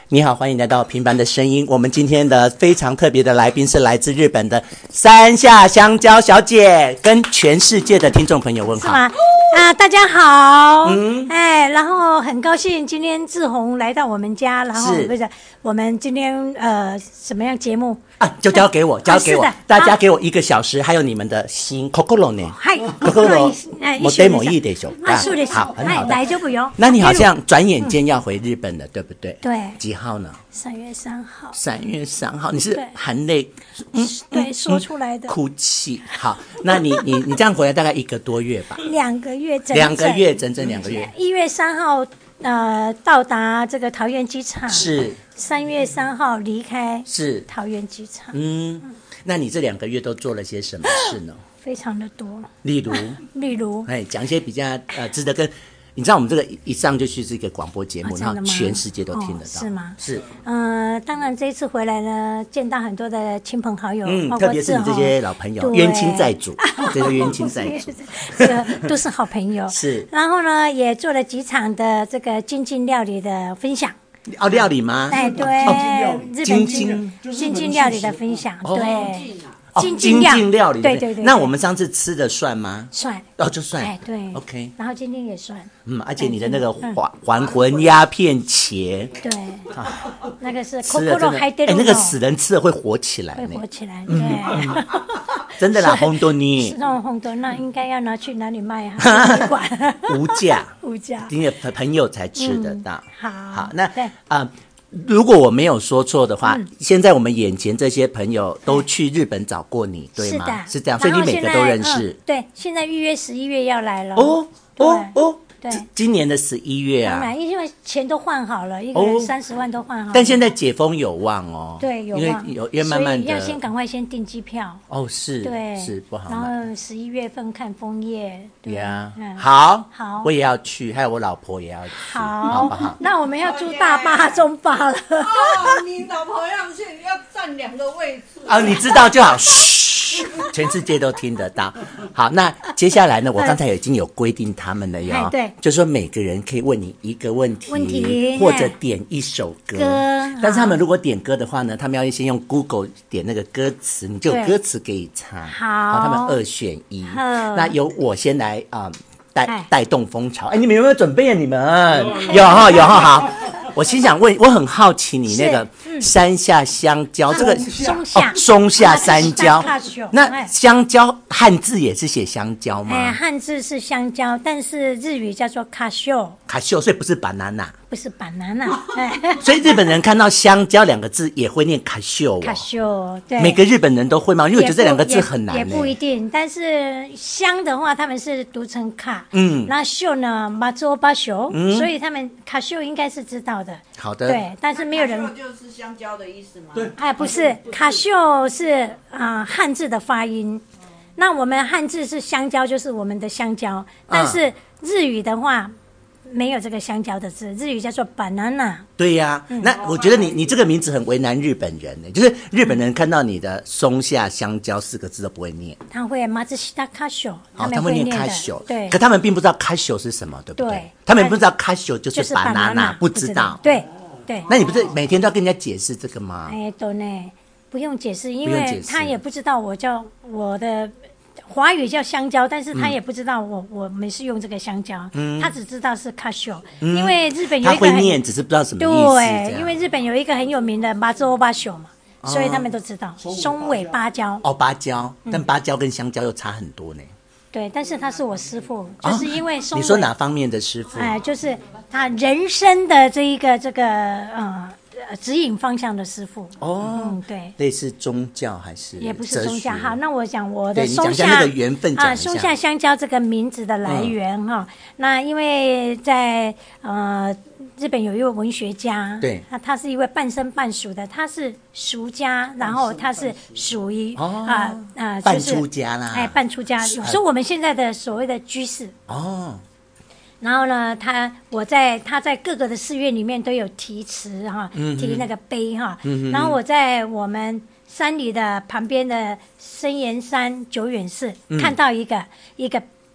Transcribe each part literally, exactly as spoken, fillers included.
你好，欢迎来到平凡的声音。我们今天的非常特别的来宾是来自日本的山下香蕉小姐，跟全世界的听众朋友问好。 是吗？啊，大家好，嗯，哎，然后很高兴今天志宏来到我们家，然后不是我们今天呃什么样节目啊？就交给我，交给我， 啊、 大家给我一个小时，还有你们的心 Kokoro 呢？ 嗨 ，Kokoro，我对某一点手啊，是的， 好，很好的， 来就不用。 那你好像转眼间要回日本了，对不对？ 对。 几号呢？ 三月三号。 三月三号，你是含泪， 嗯，对，说出来的， 哭泣。好，那你你你这样回来大概一个多月吧？ 两个月整整， 两个月整整两个月。 一月三号呃到达这个桃园机场， 是。 三月三号离开， 是桃园机场。 嗯，那你这两个月都做了些什么事呢？ 非常的多， 例如， 例如， 哎，讲一些比较呃值得跟。你知道我们这个一上就去是一个广播节目， 啊、 然后全世界都听得到， 哦、是吗？ 是。 呃，当然这一次回来呢，见到很多的亲朋好友， 嗯， 包括特别是你这些老朋友，冤亲债主，这个冤亲债主， 这个都是好朋友。 是。 然后呢，也做了几场的这个精进料理的分享。 哦，料理吗？ 哎，对， 哦、 日本精精进料理的分享， 哦、 对。 哦、精进料理， 对对 对, 对。 那我们上次吃的算吗？ 算， 哦，就算。 哎，对 ，OK。 然后今天也算。 嗯，而且你的那个还还魂鸦片茄， 对，啊，那个是吃了真的，哎，那个死人吃了会活起来， 会活起来，对。 嗯、真的啦，红豆泥。 那种红豆那应该要拿去哪里卖啊？馆无价， 无价， 因为朋友才吃得到。 好， 好，那啊。如果我没有说错的话、嗯，现在我们眼前这些朋友都去日本找过你，对吗？ 是的， 是这样，所以你每个都认识。 嗯、对，现在预约十一月要来了。 哦哦哦， 对， 今年的十一月啊， 当然，因为钱都换好了，一个人三十万都换好了。 但现在解封有望哦， 对，有望，因为有，因为慢慢的， 所以要先赶快先订机票。 哦，是， 对， 是不好。 然后十一月份看枫叶。对呀、yeah 嗯，好， 好， 我也要去，还有我老婆也要去， 好， 好不好？ 那我们要住大巴中巴了。哦， 你老婆要去，要占两个位置。 啊，你知道就好。嘘，全世界都听得到。好，那接下来呢？我刚才已经有规定他们了哟。 对， 就说每个人可以问你一个问题， 问题或者点一首歌。 歌， 但是他们如果点歌的话呢，他们要先用 Google 点那个歌词，你就有歌词可以唱。 好， 他们二选一。那由我先来啊，带、呃、带动风潮。哎，你们有没有准备啊？你们有哈有哈好。我心想问，我很好奇你那个山下香蕉，这个松下、 哦、松下山蕉，那香蕉汉字也是写香蕉吗？ 哎，汉字是香蕉，但是日语叫做卡秀， 卡秀，所以不是 banana， 不是 banana， 所以日本人看到香蕉两个字也会念卡秀， 卡秀，对， 每个日本人都会吗？因为我觉得这两个字很难、欸， 也不一定。但是香的话，他们是读成卡， 嗯， 那秀呢，马周巴秀，所以他们卡秀应该是知道的。 好的， 对，但是没有人。 卡秀就是香蕉的意思吗？ 对， 哎，不是，卡秀是啊、呃、汉字的发音。那我们汉字是香蕉，就是我们的香蕉，但是日语的话没有这个香蕉的字，日语叫做 banana。 对呀、啊嗯，那我觉得你你这个名字很为难日本人呢，就是日本人看到你的松下香蕉四个字都不会念， 他会马自西达卡秀， 他们会念卡秀， 对， 可他们并不知道卡秀是什么，对不对？ 对， 他们不知道卡秀就是 banana， banana， 不知道， 对对。 那你不是每天都要跟人家解释这个吗？ 哎，都呢，不用解释，因为他也不知道我叫我的。华语叫香蕉，但是他也不知道我、嗯、我们是用这个香蕉，嗯、他只知道是卡秀、嗯，因为日本有一个他会念，只是不知道什么意思。 对，因为日本有一个很有名的马周巴秀嘛、哦，所以他们都知道松尾芭蕉。 哦，芭蕉，但芭蕉跟香蕉又差很多呢。 对，但是他是我师父，就是因为松尾、 哦。你说哪方面的师父？ 哎，就是他人生的这一个这个呃。指引方向的师父哦、嗯， 对， 类似宗教还是也不是宗教。好，那我讲我的松下那个缘分啊，松下香蕉这个名字的来源哈、嗯。那因为在呃日本有一位文学家， 对， 那他是一位半生半熟的，他是俗家，然后他是属于啊啊、 呃呃、 半出家啦， 哎，半出家，有时候我们现在的所谓的居士哦。 然后呢，他我在他在各个的寺院里面都有题词哈、嗯，题那个碑哈、嗯。然后我在我们山里的旁边的深岩山久远寺、嗯、看到一个一个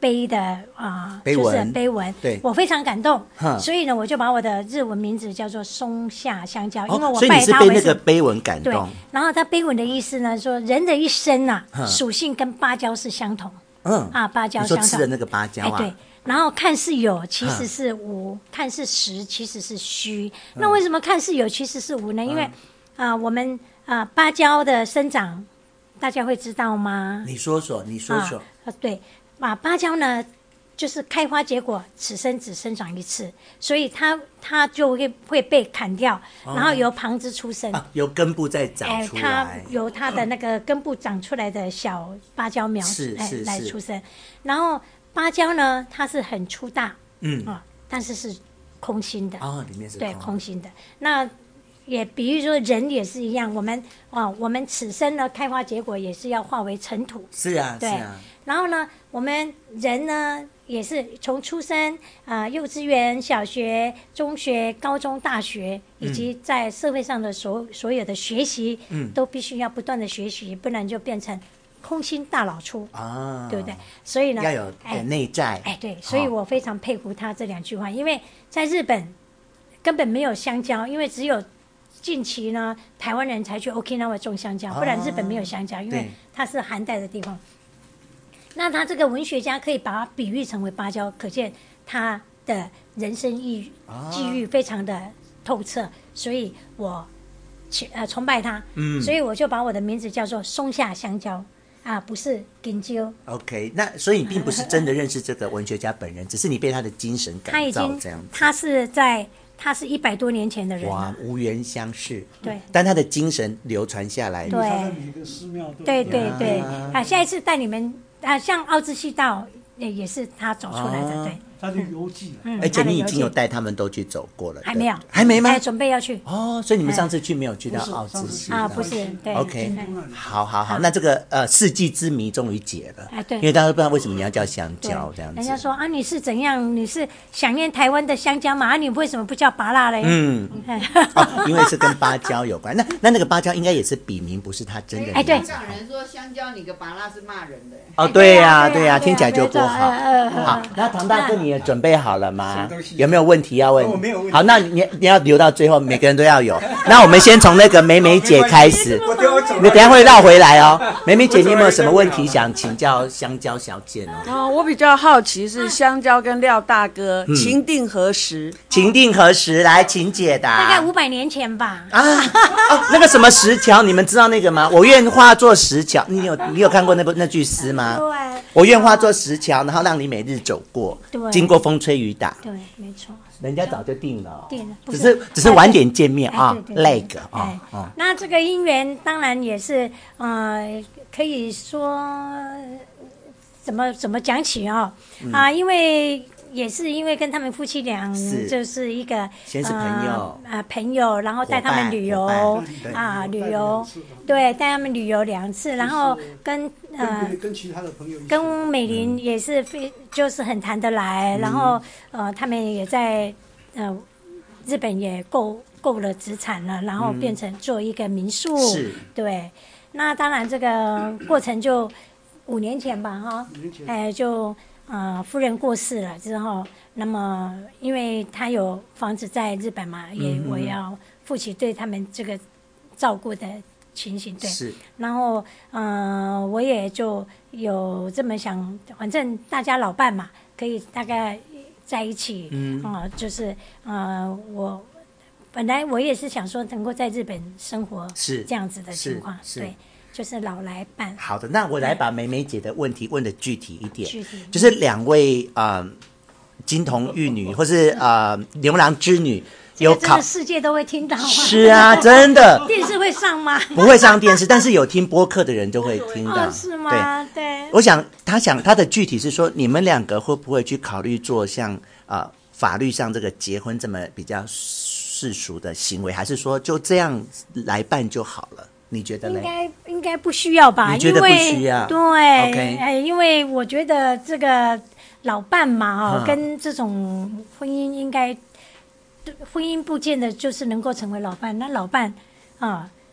碑的啊、 呃， 就是碑文， 对， 我非常感动，所以呢，我就把我的日文名字叫做松下香蕉， 哦、 因为我拜它为所以你是被那个碑文感动。 对，然后它碑文的意思呢，说人的一生啊，属性跟芭蕉是相同。嗯啊，芭蕉相同。 你说吃的那个芭蕉啊？ 哎，对。然后看似有，其实是无；看似实，其实是虚。那为什么看似有，其实是无呢？因为啊、呃，我们啊、呃，芭蕉的生长，大家会知道吗？ 你说说，你说说。 啊，对，啊，芭蕉呢，就是开花结果，此生只生长一次，所以它它就会会被砍掉，哦、然后由旁枝出生， 啊、由根部再长出来， 哎、它由它的那个根部长出来的小芭蕉苗是哎是来出生，然后芭蕉呢，它是很粗大，嗯啊，但是是空心的， 哦，里面是对空心的。那也比喻说人也是一样，我们啊，我们此生呢开花结果也是要化为尘土， 是啊， 对。 是啊。 然后呢，我们人呢也是从出生啊、呃，幼稚园、小学、中学、高中、大学，以及在社会上的所所有的学习，嗯，都必须要不断的学习，不然就变成空心大老粗啊，对不对？所以呢， 要有点内在， 哎，哎对，所以我非常佩服他这两句话，因为在日本根本没有香蕉，因为只有近期呢台湾人才去 Okinawa 种香蕉，不然日本没有香蕉，因为它是寒带的地方。那他这个文学家可以把它比喻成为芭蕉，可见他的人生意际遇非常的透彻，所以我呃崇拜他，嗯，所以我就把我的名字叫做松下香蕉啊，不是金蕉。 OK， 那所以你并不是真的认识这个文学家本人，只是你被他的精神感召这样子。 他是在他是一百多年前的人， 哇，无缘相识， 对， 但他的精神流传下来， 对，对对对啊，下一次带你们。啊，像奥之细道也也是他走出来的，啊、对。 他的游记， 嗯， 而且你已经有带他们都去走过了， 还没有， 还没吗？ 还准备要去哦，所以你们上次去没有去到奥之细啊？不是，对 ，OK， 好好好，那这个呃世纪之谜终于解了， 哎，对， 因为大家不知道为什么你要叫香蕉这样子。 人家说啊，你是怎样？你是想念台湾的香蕉嘛？啊，你为什么不叫芭乐嘞？ 嗯，哦，因为是跟芭蕉有关。那那那个芭蕉应该也是笔名，不是他真的名字。 哎，对， 香港人说香蕉你个芭乐是骂人的。 哦，对呀，对呀，听起来就不好。好，那唐大哥，你也准备好了吗？有没有问题要问？ 我没有问题。 好，那你你要留到最后，每个人都要有。那我们先从那个美美姐开始，你等一下会绕回来哦。美美姐，你有没有什么问题想请教香蕉小姐呢？ 哦，我比较好奇是香蕉跟廖大哥情定何时？ 情定何时？来，请解答。 大概五百年前吧。 啊，哦，那个什么石桥，你们知道那个吗？我愿化作石桥，你有你有看过那部那句诗吗？ 对。 我愿化作石桥，然后让你每日走过， 对， 经过风吹雨打。 对，没错。 人家早就定了、哦， 定了， 只是只是晚点见面啊，那个啊。 那这个姻缘当然也是呃，可以说怎么怎么讲起哦、嗯、啊，因为。也是因为跟他们夫妻俩就是一个先是朋友啊、呃、朋友，然后带他们旅游啊旅游，对，带他们旅游两次，然后跟呃跟其他的朋友跟美玲也是非就是很谈得来，嗯、然后呃他们也在呃日本也购购了资产了，然后变成做一个民宿， 是、嗯， 对，那当然这个过程就五年前吧哈，哎就。呃，夫人过世了之后，那么因为他有房子在日本嘛，也我要负起对他们这个照顾的情形，对。 是。然后，呃，我也就有这么想，反正大家老伴嘛，可以大概在一起，嗯，啊、呃，就是呃，我本来我也是想说能够在日本生活， 是这样子的情况，对。就是老来伴。 好的，那我来把美美姐的问题问的具体一点， 具体就是两位呃金童玉女，或是呃牛郎织女，有考， 世界都会听到吗？ 是啊，真的。 电视会上吗？ 不会上电视，但是有听播客的人就会听到。 哦，是吗？对。对。 我想他想他的具体是说，你们两个会不会去考虑做像呃法律上这个结婚这么比较世俗的行为，还是说就这样来办就好了？你觉得呢？ 应该应该不需要吧？ 你觉得不需要？ 对， okay. 哎，因为我觉得这个老伴嘛，哦，嗯、跟这种婚姻应该，婚姻不见得就是能够成为老伴。那老伴啊，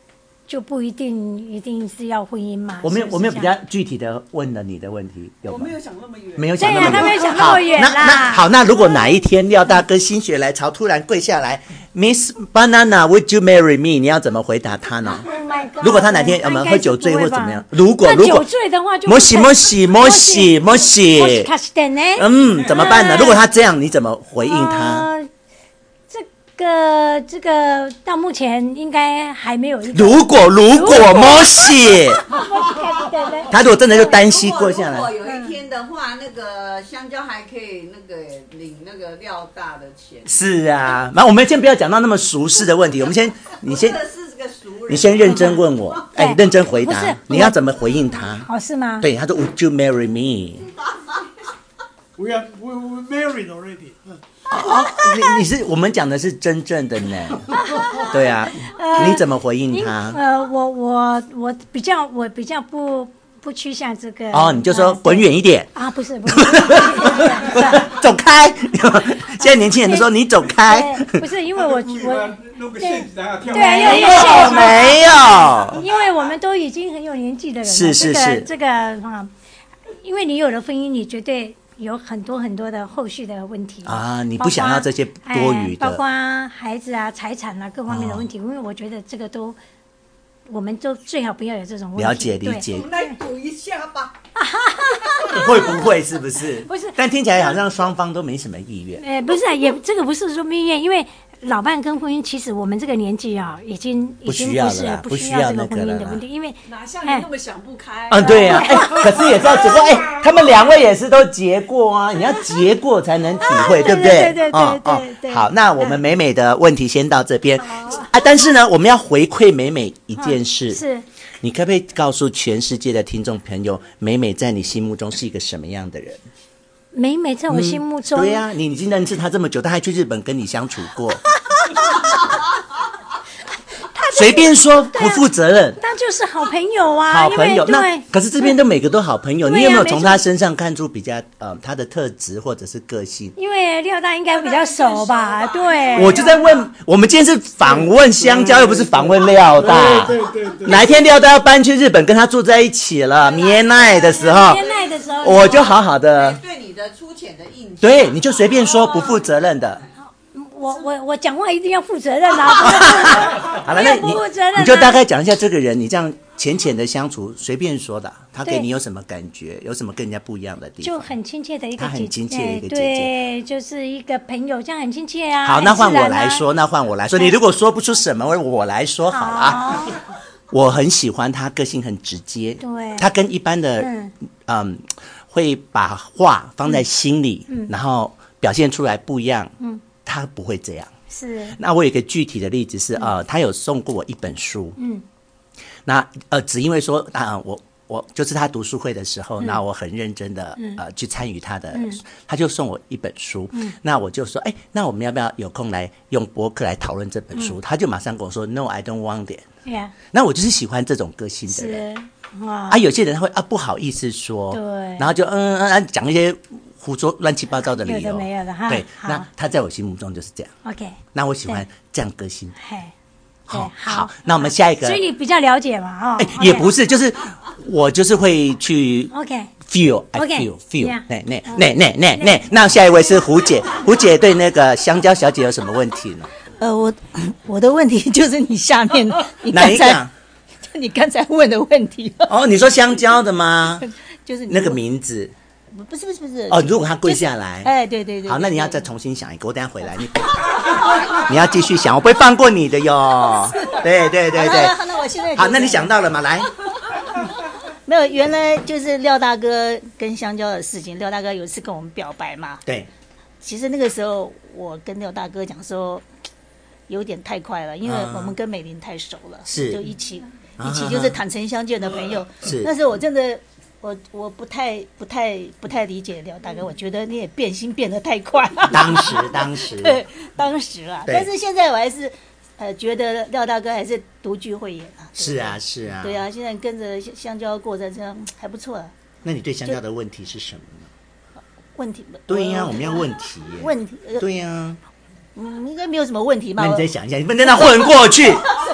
就不一定一定是要婚姻嘛。 我没有， 是是我没有比较具体的问了你的问题，有吗？ 我没有想那么远， 没有想那么远， 对啊他没有想那么远啦好，那那好，那如果哪一天廖大哥心血来潮，突然跪下来 ，Miss Banana，Would you marry me？ 你要怎么回答他呢？ Oh my God， 如果他哪天我们喝酒醉或怎么样，如果那如果酒醉的话就摩西摩西摩西摩西， 卡西呢？ 嗯，怎么办呢？如果他这样，你怎么回应他？ 呃这个这个到目前应该还没有一个。 如果如果摩西， 对对他如果真的就单膝跪下来， 如果有一天的话，那个香蕉还可以那个领那个廖大的钱。 是啊，那我们先不要讲到那么俗世的问题，我们先你先这是个熟人， 你先认真问我，哎，认真回答不是， 你要怎么回应他？ 哦，是吗？ 对，他说 Would you marry me？ We are we we married already。 哦，你你是我们讲的是真正的呢？对啊，你怎么回应他？ 呃，我我我比较我比较不不趋向这个。 哦，你就说呃滚远一点啊，不是不是， 走开！现在年轻人都说你走开， 对不是因为我故意我把弄个陷阱让他跳。 对啊， 没有一些有没有， 因为我们都已经很有年纪的人了，这个是是是这个啊，因为你有了婚姻，你绝对有很多很多的后续的问题啊你不包括想要这些多余的哎包括孩子啊、财产啊各方面的问题，因为我觉得这个都，我们都最好不要有这种问题。 了解对理解我，们来赌一下吧。 会不会是不是？ 不是但听起来好像双方都没什么意愿。 呃，不是啊，也这个不是说命运，因为老伴跟婚姻，其实我们这个年纪啊，已经已不经需要了啦不是不不需要需要这个那个了啦婚姻的问题，因为哪像你那么想不开？ 嗯，对呀、啊，哎、可是也是要结过，哎、他们两位也是都结过啊，你要结过才能体会，对不对？ 对对对哦哦对对对好，那我们美美的问题先到这边啊，但是呢，我们要回馈美美一件事， 是你可不可以告诉全世界的听众朋友，美美在你心目中是一个什么样的人？ 美美在我心目中， 对呀、啊，你已经认识她这么久，她还去日本跟你相处过。随便说不负责任， 那就是好朋友啊， 好朋友。那因为对可是这边都每个都好朋友， 对啊你有没有从没错他身上看出比较呃他的特质或者是个性？ 因为廖大应该比较熟吧？对， 我就在问，我们今天是访问香蕉，又不是访问廖大。 对对对， 哪一天廖大要搬去日本跟他住在一起了，棉奈的时候， 恋爱的时候， 我就好好的， 对你的粗浅的印象。 对，你就随便说，不负责任的。 我我我讲话一定要负责任啊！ 好了， 不那你要不负责任啊你就大概讲一下这个人，你这样浅浅的相处，随便说的，他给对你有什么感觉？有什么跟人家不一样的地方？ 就很亲切的一个姐姐， 她很亲切的一个姐姐对，就是一个朋友，这样很亲切啊。 好，那换我很自然啊来说，那换我来说。你如果说不出什么，我来说好了啊。我很喜欢他，个性很直接。 对他跟一般的嗯嗯会把话放在心里，然后表现出来不一样。嗯，他不会这样。 是那我有一个具体的例子是，呃，他有送过我一本书。嗯，那呃，只因为说啊、我我就是他读书会的时候，那、我很认真的、呃去参与他的，他就送我一本书。那我就说，哎，那我们要不要有空来用博客来讨论这本书？他就马上跟我说 ，No, I don't want it。 呀， 那我就是喜欢这种个性的人。 是哇啊，，有些人他会啊不好意思说， 对然后就嗯嗯嗯讲一些胡说乱七八糟的理由， 有的没有的哈对， 好那他在我心目中就是这样。 ，OK， 那我喜欢这样个性。 嘿，对好， 好好，那我们下一个， 所以你比较了解嘛，哦哎，也不是，就是我就是会去 OK， feel，I OK， feel feel， yeah 那那那那那那，那下一位是胡姐，胡姐对那个香蕉小姐有什么问题呢？ 呃，我我的问题就是你下面你哪刚才一个啊？ 你刚才问的问题， 哦，你说香蕉的吗？ 就是你那个名字不是不是不是哦，如果他跪下来， 哎，对对对， 好，那你要再对重新想一个，我等一下回来，你你要继续想，我不会放过你的哟。对对对对， 好那那我现在好， 就那你想到了吗？来， 没有？原来就是廖大哥跟香蕉的事情，廖大哥有一次跟我们表白嘛， 对， 其实那个时候我跟廖大哥讲说，有点太快了，因为啊我们跟美玲太熟了， 是就一起啊一起就是坦诚相见的朋友。 是那时候我真的。我我不太不太不太理解廖大哥，我觉得你也变心变得太快了。 当时当时， 对，当时啊， 对但是现在我还是呃觉得廖大哥还是独具慧眼啊。 是啊是啊， 对啊，现在跟着香香蕉过程这样还不错啊。 那你对香蕉的问题是什么呢？ 问题对呀， 呃我们要问题耶。 问题呃对呀， 嗯应该没有什么问题吧？ 那你再想一下，你不能让它混过去。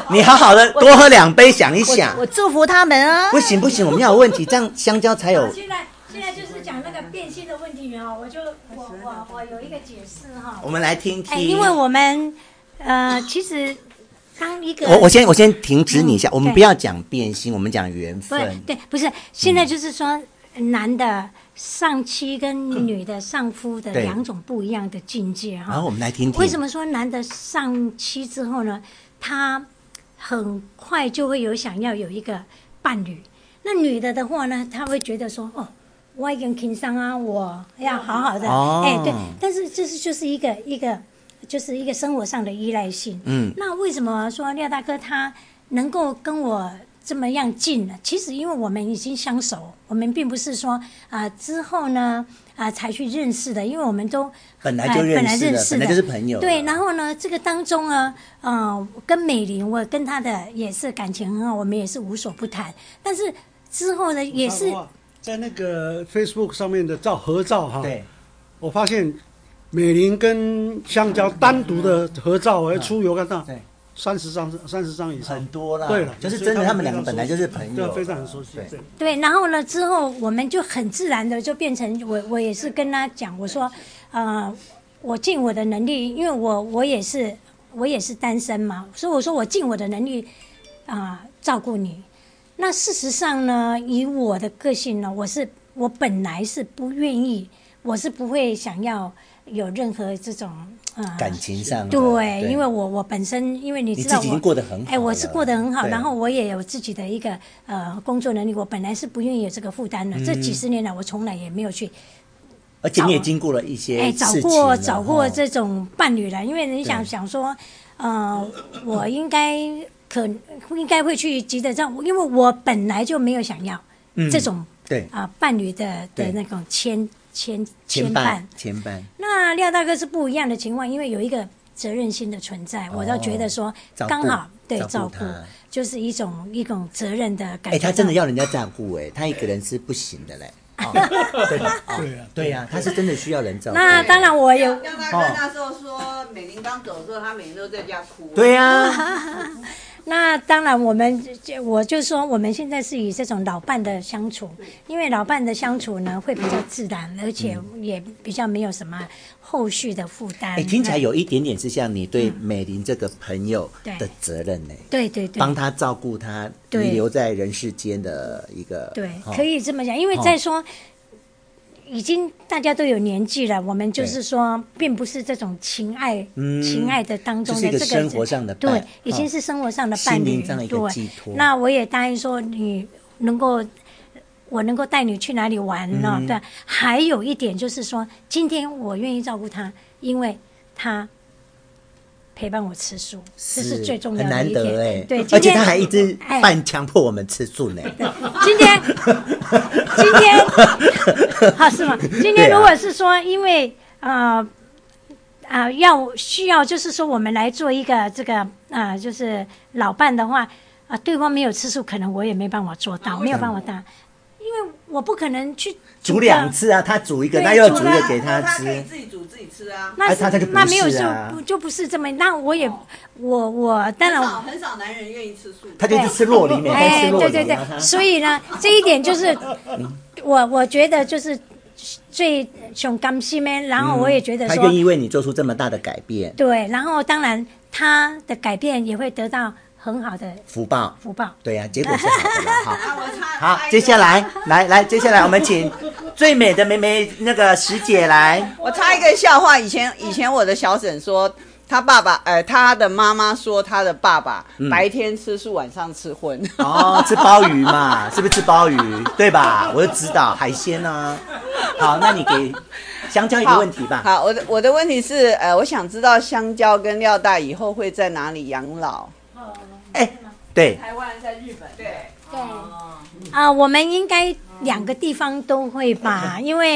你好好的多喝两杯，想一想。 我, 我祝福他们啊！ 不行不行，我们要有问题，这样香蕉才有。 现在现在就是讲那个变性的问题哈，我就我我我有一个解释哈。 我们来听听。 哎，因为我们呃，其实当一个我我先我先停止你一下，嗯、我们不要讲变性，我们讲缘分。 对，不是，现在就是说、嗯、男的上妻跟女的上夫的两种不一样的境界哈。 然后我们来听听， 为什么说男的上妻之后呢，他很快就会有想要有一个伴侣，那女的的话呢，她会觉得说哦。我已经情商啊，我要好好的，哎、哦欸，对，但是这是就是一个一个，就是一个生活上的依赖性。嗯，那为什么说廖大哥他能够跟我这么样近呢？其实因为我们已经相熟，我们并不是说啊、呃、之后呢啊、呃、才去认识的，因为我们都本来就认识的，呃、本来认识的，本来就是朋友。 对，然后呢，这个当中呢，呃，跟美玲，我跟她的也是感情很好，我们也是无所不谈。但是之后呢，也是。 在那个 Facebook 上面的照合照哈， 对， 我发现美玲跟香蕉单独的合照，我出游看到，对，三十张，三十张以上， 很多啦。 对了， 就是真的，他们两个本来就是朋友， 对，非常很熟悉。 对，对，然后呢，之后我们就很自然的就变成我，我也是跟他讲，我说，呃，我尽我的能力，因为我我也是我也是单身嘛，所以我说我尽我的能力啊、呃、照顾你。那事实上呢，以我的个性呢，我是我本来是不愿意，我是不会想要有任何这种呃感情上的。 对，对因为我我本身，因为你知道我， 你自己已经过得很好， 哎，我是过得很好，然后我也有自己的一个呃工作能力，我本来是不愿意有这个负担的。嗯、这几十年来，我从来也没有去。 而且你也经过了一些哎，找过找过这种伴侣了，因为你想想说，呃，我应该。可应该会去急着这样，因为我本来就没有想要这种、嗯、对啊、呃、伴侣的的那种牵牵牵绊牵绊。 那廖大哥是不一样的情况，因为有一个责任心的存在，哦、我倒觉得说刚好对照顾，就是一种一种责任的感觉。 哎，他真的要人家照顾哎，他一个人是不行的嘞。哦、对吧？哦、对呀、啊，对呀、啊，他是真的需要人照顾。 那当然，我有。 廖大哥那时候说，美玲刚走的时候，他每天都在家哭。 对呀、啊。 那当然，我们我就说，我们现在是以这种老伴的相处，因为老伴的相处呢会比较自然，而且也比较没有什么后续的负担。 哎，听起来有一点点是像你对美玲这个朋友的责任呢。 对对对， 帮他照顾他遗留在人世间的一个。 对，哦、可以这么讲，因为再说。哦已经大家都有年纪了，我们就是说，并不是这种情爱、嗯、情爱的当中的这个生活上的伴， 对，已经是生活上的伴侣， 对。 那我也答应说，你能够，我能够带你去哪里玩呢？嗯、对。还有一点就是说，今天我愿意照顾他，因为他陪伴我吃素，这是最重要的一点。 很难得哎， 对， 而且他还一直半强迫我们吃素呢。 今天，今天，好是吗？今天如果是说，因为呃啊、呃、要需要，就是说我们来做一个这个啊、呃，就是老伴的话啊、呃，对方没有吃素，可能我也没办法做到，没有办法当。因为我不可能去煮两次啊，他煮一个，那又煮一个给他吃， 他可以自己煮自己吃啊。 那他他就不是啊， 那没有就就不是这么，那我也我我当然很少男人愿意吃素， 他就是吃酪梨，每天吃酪梨。 对对对，所以呢，这一点就是我我觉得就是最穷甘心的，然后我也觉得说他愿意为你做出这么大的改变， 对，然后当然他的改变也会得到。很好的福报， 福报， 对呀、啊，结果是好的啦。好，好，接下来，来来，接下来我们请最美的妹妹那个石姐来。 我插一个笑话，以前以前我的小婶说，她爸爸，呃，她的妈妈说她的爸爸、嗯、白天吃素，晚上吃荤。 哦，吃鲍鱼嘛，是不是吃鲍鱼？对吧？我就知道海鲜啊。好，那你给香蕉一个问题吧。 好，好我的我的问题是，呃，我想知道香蕉跟廖大以后会在哪里养老？ 哎，对， 台湾在日本，对对啊、呃，我们应该两个地方都会吧，因为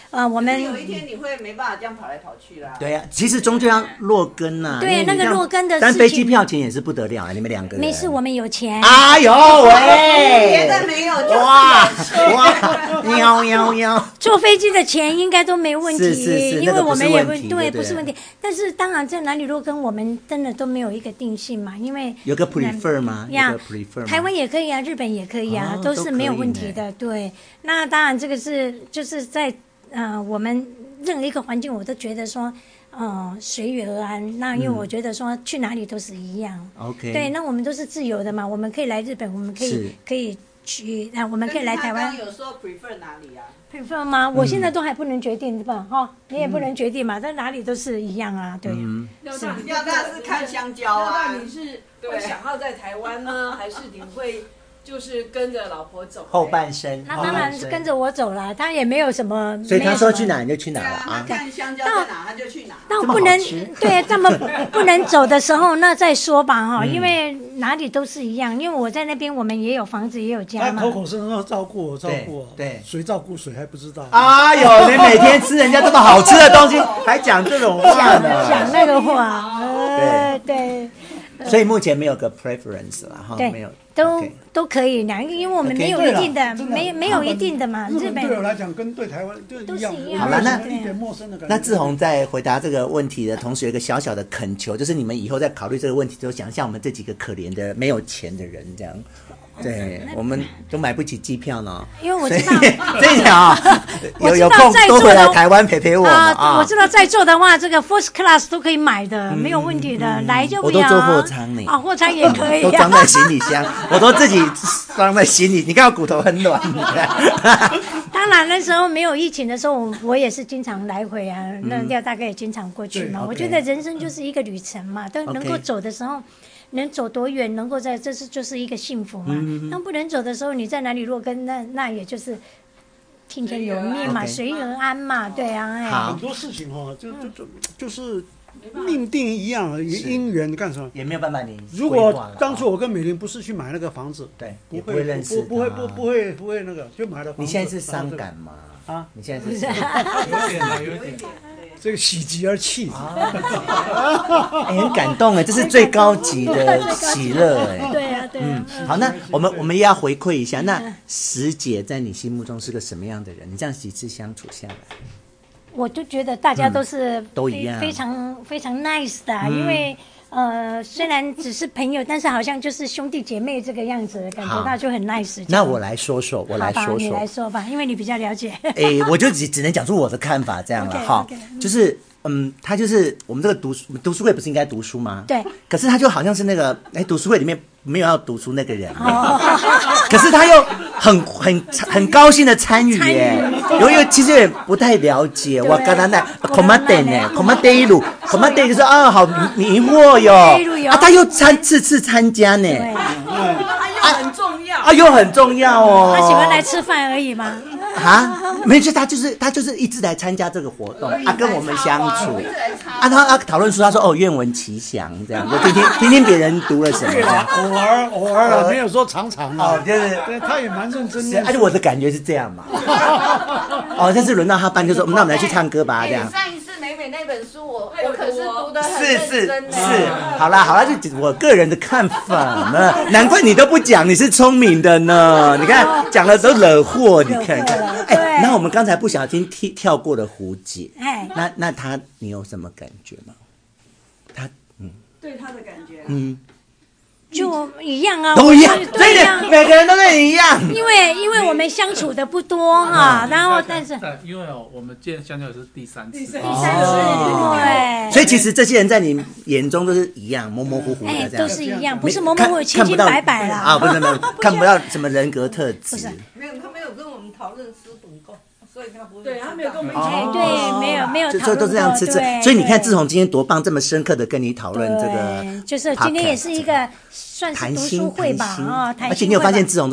呃，我们有一天你会没办法这样跑来跑去啦。 对呀、啊，其实终究要落根呐、啊。 对，那个落根的事情， 但飞机票钱也是不得了啊！你们两个人没事，我们有钱。 哎呦喂， 别的没有就哇哇，喵喵喵！ 坐飞机的钱应该都没问题， 是是是， 因为我们也不那个不是问题对， 对不是问题。但是当然，在哪里落根，我们真的都没有一个定性嘛，因为有个 prefer 吗？ 呀有个 prefer 吗？ 台湾也可以啊，日本也可以啊， 哦都是没有问题都可以的。对，那当然这个是就是在呃我们任何一个环境，我都觉得说。呃，随遇而安。那因为我觉得说去哪里都是一样。 OK。 对，那我们都是自由的嘛，我们可以来日本，我们可以可以去，那我们可以来台湾。 有时候 prefer 哪里啊 ？prefer 吗？我现在都还不能决定，对吧？哈，你也不能决定嘛，在哪里都是一样啊，对。 是，要那是看香蕉啊。 那你是会想要在台湾呢，还是你会？就是跟着老婆走后半生， 那当然跟着我走了，他也没有什么， 所以他说去哪你就去哪了啊。看香蕉在哪他就去哪。 那不能对他们不能走的时候，那再说吧哈，因为哪里都是一样，因为我在那边我们也有房子也有家嘛。 他口口声声照顾我照顾我， 对， 谁照顾谁还不知道。 哎呦，你每天吃人家这么好吃的东西，还讲这种话呢？ 讲那个话，呃，对。 所以目前没有个 preference 了哈，没有， 都都可以两个，因为我们没有一定的，没没有一定的嘛。 日本对我来讲跟对台湾都是一样。 好了，那一点陌生的感觉。 那志宏在回答这个问题的同时，有一个小小的恳求，就是你们以后在考虑这个问题的时候，想像我们这几个可怜的没有钱的人这样。对，我们都买不起机票呢。 因为我知道这一条有有空多回来台湾陪陪我啊！我知道在座的话，这个 first class 都可以买的，没有问题的。来就不要。 我都坐货舱呢。 啊，货舱也可以。 都装在行李箱，我都自己装在行李。你看我骨头很软。 当然那时候没有疫情的时候，我也是经常来回啊。那廖大哥也经常过去嘛。我觉得人生就是一个旅程嘛，都能够走的时候。能走多远，能够在这是就是一个幸福嘛。那、嗯、不能走的时候，你在哪里落根，那那也就是听天由命嘛，随遇而安嘛，对啊。哎、 很多事情哈，就就就就是命定一样，姻缘干什么也没有办法你。 如果当初我跟美玲不是去买那个房子， 对， 不会不会认识， 不会不不会不会那个，就买了房子。 你现在是伤感吗？啊，你现在是有点有点。 这个喜极而泣， 哎，很感动哎，这是最高级的喜乐哎。 对啊，对啊。 嗯，好，那我们我们也要回馈一下，那石姐在你心目中是个什么样的人？你这样几次相处下来， 我就觉得大家都是都一样， 非常非常 nice 的，因为。呃，虽然只是朋友，但是好像就是兄弟姐妹这个样子，感觉到就很 nice。 那我来说说，我来说说， 你来说吧，因为你比较了解。 哎，我就只只能讲出我的看法这样了哈。就是嗯，他就是我们这个读书读书会不是应该读书吗？ 对。 可是他就好像是那个哎，读书会里面没有要读书那个人，可是他又很很很高兴的参与耶。因为其实也不太了解，我刚刚那 command 呢 command 一路 command 就是啊，好迷惑哟啊，他又参次次参加呢， 啊，很重要啊，又很重要哦。 他喜欢来吃饭而已吗？ 啊，没事，他就是他就是一直来参加这个活动啊，跟我们相处啊，他啊讨论书，他说哦，愿闻其详这样，就听听听听别人读了什么。 偶尔偶尔了，没有说常常啊， 哦，就是对，他也蛮认真的。 而且我的感觉是这样嘛。哦，这次轮到他班就说，那我们来去唱歌吧，这样。 上一次美美那本书，我我可是读得很认是真的。 是是，好啦好啦，就我个人的看法呢，难怪你都不讲，你是聪明的呢。你看讲了都惹祸，你看看。哎，那我们刚才不小心跳跳过了胡姐，哎，那那他你有什么感觉吗？他嗯， 对他的感觉， 嗯。 就一样啊， 都一样， 对呀， 每个人都跟你一样。 因为因为我们相处的不多哈，然后但是因为我们见香蕉也是第三次，第三次对， 所以其实这些人在你眼中都是一样，模模糊糊的这样， 都是一样，不是模模糊糊、清清白白啦。 啊，不是没有看不到什么人格特质， 不是没有，他没有跟我们讨论吃补够。所以他不会， 对他没有跟我们一起， 哦、对，没有没有讨论过， 就都这样吃吃。所以你看，志宏今天多棒，这么深刻的跟你讨论这个， 就是今天也是一个算是读书会吧，啊， 而且你有发现志宏都是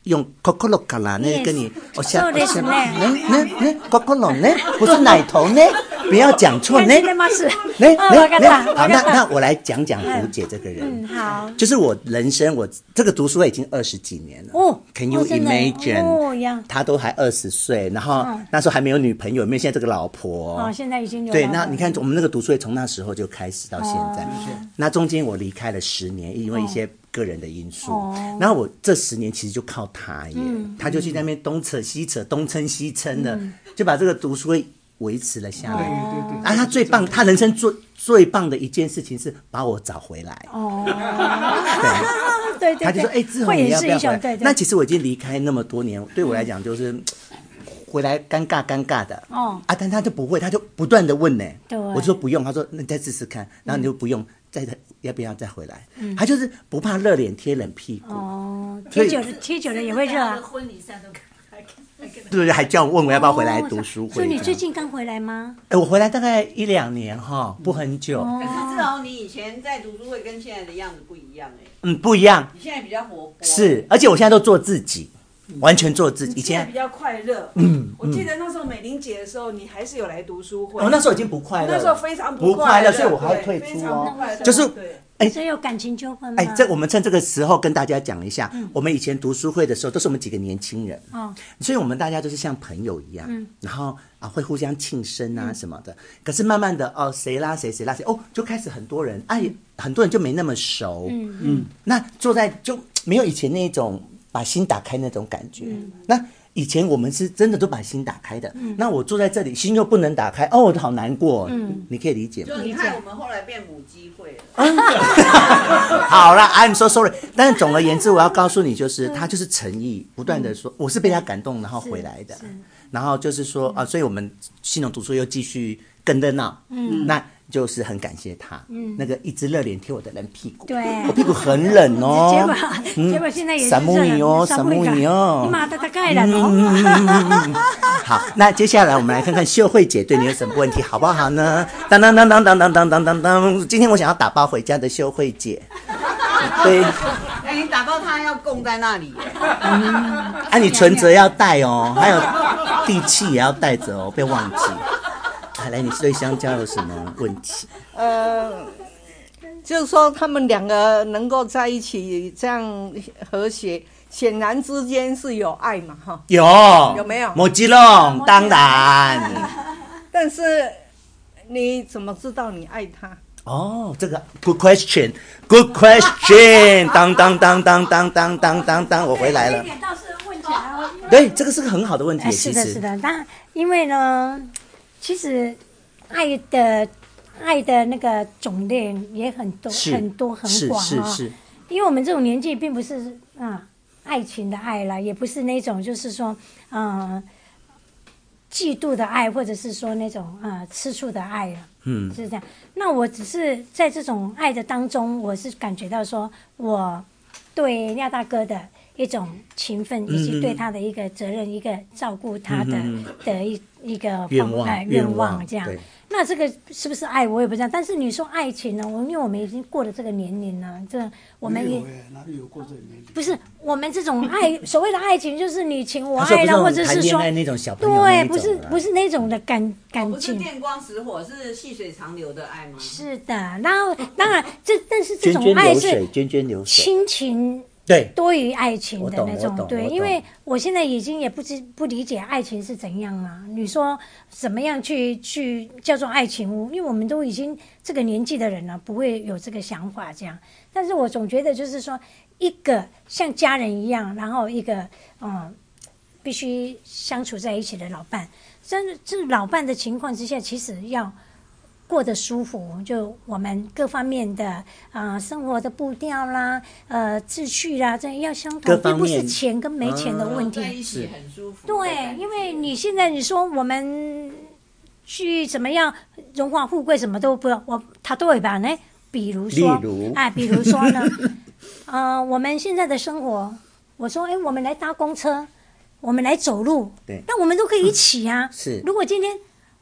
用 Coco 啦，那跟你我想那那那那 Coco 呢，不是奶头呢，不要讲错呢。 那那那好，那那我来讲讲胡姐这个人。 嗯，好， 就是我人生，我这个读书会已经二十几年了。哦 ，Can you imagine？哦呀，他都还二十岁，然后那时候还没有女朋友，没有现在这个老婆。 哦，现在已经有。 对，那你看我们那个读书会从那时候就开始到现在，那中间我离开了十年，因为一些个人的因素。然后我这十年其实就靠他耶，他就去那边东扯西扯，东撑西撑的，就把这个读书会维持了下来。对对对。啊，他最棒，他人生最最棒的一件事情是把我找回来。哦。对。对对。他就说：“哎，志宏，你要不要回来？”那其实我已经离开那么多年，对我来讲就是回来尴尬尴尬的。哦。啊，但他就不会，他就不断的问呢。对。我就说不用，他说那你再试试看，然后你就不用，再要不要再回来？嗯。他就是不怕热脸贴冷屁股。哦。 贴久了，贴久了也会热啊。 婚礼上都。 对对，还叫我问我要不要回来读书会。 所以你最近刚回来吗？ 哎，我回来大概一两年哈，不很久。 可是至少你以前在读书会跟现在的样子不一样哎。 嗯，不一样。 你现在比较活泼。 是，而且我现在都做自己，完全做自己。以前比较快乐。嗯，我记得那时候美玲姐的时候，你还是有来读书会。 我那时候已经不快乐， 那时候非常不快乐，所以我还退出哦。就是。 哎，所以有感情纠纷吗？ 哎，这我们趁这个时候跟大家讲一下，嗯、我们以前读书会的时候，都是我们几个年轻人，哦，所以我们大家都是像朋友一样，嗯，然后啊会互相庆生啊什么的。嗯、可是慢慢的哦，谁拉谁，谁拉谁，哦，就开始很多人，哎、啊，很多人就没那么熟，嗯嗯，那坐在就没有以前那种把心打开那种感觉，嗯、那。以前我们是真的都把心打开的，嗯、那我坐在这里，心又不能打开，哦，我好难过，嗯，你可以理解吗？ 就你看我们后来变母鸡会了。 好了 ，I'm so sorry。但是总而言之，我要告诉你，就是他就是诚意，不断的说，我是被他感动，然后回来的，然后就是说啊，所以我们新农读书又继续更热闹，嗯，那。就是很感谢他，嗯，那个一直热脸贴我的人屁股， 对， 我屁股很冷哦。 结果，嗯、结果现在也是三木你哦，三木你哦， 你妈的大概了哦。 好，那接下来我们来看看秀慧姐对你有什么问题，好不好呢？当当当当当当当当当当，今天我想要打包回家的秀慧姐，对， 哎，你打包它要供在那里， 嗯，啊，你存折要带哦，还有地契也要带着哦，不要忘记。来，你对香蕉有什么问题？呃， 就是说他们两个能够在一起这样和谐，显然之间是有爱嘛，哈。 有， 有没有？ 莫吉龙，当然。 但是你怎么知道你爱他？ 哦，这个 good question，good question， 当当当当当当当当当，我回来了。这点倒是问起来了。对，这个是个很好的问题， 是的，是的。那因为呢。其实，爱的爱的那个种类也很多，很多很广啊。因为我们这种年纪，并不是啊爱情的爱啦，也不是那种就是说，嗯，嫉妒的爱，或者是说那种啊吃醋的爱了。嗯，是这样。那我只是在这种爱的当中，我是感觉到说，我对廖大哥的一种情分，以及对他的一个责任，一个照顾他的的一。一个愿望， 哎、愿望这样。那这个是不是爱，我也不知道。但是你说爱情呢？我因为我们已经过了这个年龄了，这我们也哪里有过这个年龄？ 不是我们这种爱，所谓的爱情就是你情我爱啦，或者是说那种小朋友对，不是不是那种的感感情， 不是电光石火，是细水长流的爱吗？ 是的，然后当然这但是这种爱是涓涓流水， 亲情。对，多于爱情的那种，对，因为我现在已经也不知不理解爱情是怎样啊。你说怎么样去去叫做爱情？因为我们都已经这个年纪的人了，不会有这个想法这样。但是我总觉得就是说，一个像家人一样，然后一个嗯，必须相处在一起的老伴。但是这老伴的情况之下，其实要。过得舒服，就我们各方面的啊、呃、生活的步调啦，呃秩序啦，这要相同，并不是钱跟没钱的问题。 在一起很舒服。 对，因为你现在你说我们去怎么样荣华富贵什么都不要，我他都会把呢，比如说，哎，比如说呢，呃，我们现在的生活，我说，哎，我们来搭公车，我们来走路， 对， 那我们都可以一起啊。 是， 如果今天。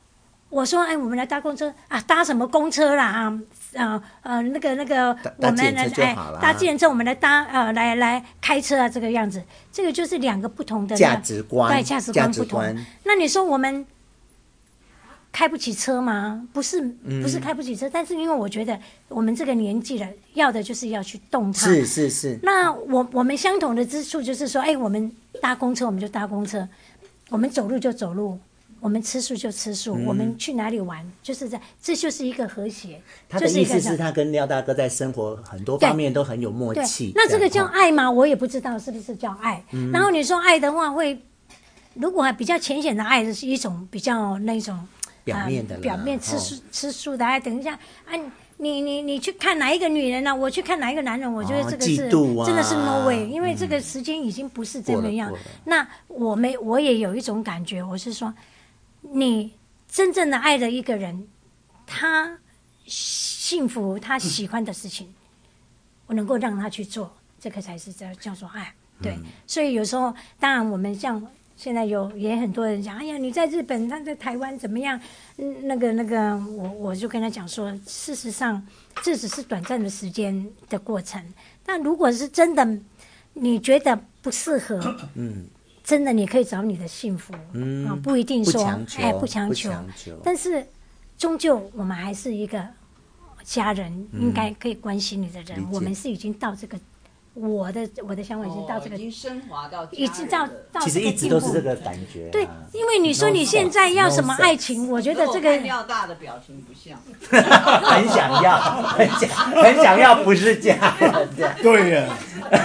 我说，哎，我们来搭公车啊，搭什么公车啦？啊，呃呃，那个那个，我们来哎搭计程车，我们来搭呃来来开车啊，这个样子，这个就是两个不同的价值观， 对，价值观不同。那你说我们开不起车吗？不是，不是开不起车，嗯、但是因为我觉得我们这个年纪了，要的就是要去动它。 是是是。 那我我们相同的之处就是说，哎，我们搭公车我们就搭公车，我们走路就走路。我们吃素就吃素，嗯、我们去哪里玩就是在，这就是一个和谐。 他的意思是他跟廖大哥在生活很多方面都很有默契。 那这个叫爱吗？我也不知道是不是叫爱。嗯、然后你说爱的话会，如果比较浅显的爱是一种比较那种表面的、呃、 表面吃素、哦、吃素的爱。等一下啊，你你你去看哪一个女人呢、啊？我去看哪一个男人？我觉得这个是、 哦啊、 真的是 no way， 因为这个时间已经不是这么样。嗯、那我没我也有一种感觉，我是说。你真正的爱的一个人，他幸福，他喜欢的事情，我能够让他去做，这个才是叫叫做爱。对，嗯、所以有时候，当然我们像现在有也很多人讲，哎呀，你在日本，他在台湾怎么样？嗯，那个那个，我我就跟他讲说，事实上这只是短暂的时间的过程。但如果是真的，你觉得不适合，嗯。真的，你可以找你的幸福，嗯、啊，不一定说，哎，不强求，但是终究我们还是一个家人，嗯、应该可以关心你的人。我们是已经到这个，我的我的想法已经到这个， 哦、已经升华到， 已经到到其实一直都是这个感觉、啊。 对，因为你说你现在要什么爱情， no、我觉得这个廖大的表情不像， 很想要，很想很想要，不是这样， 对呀。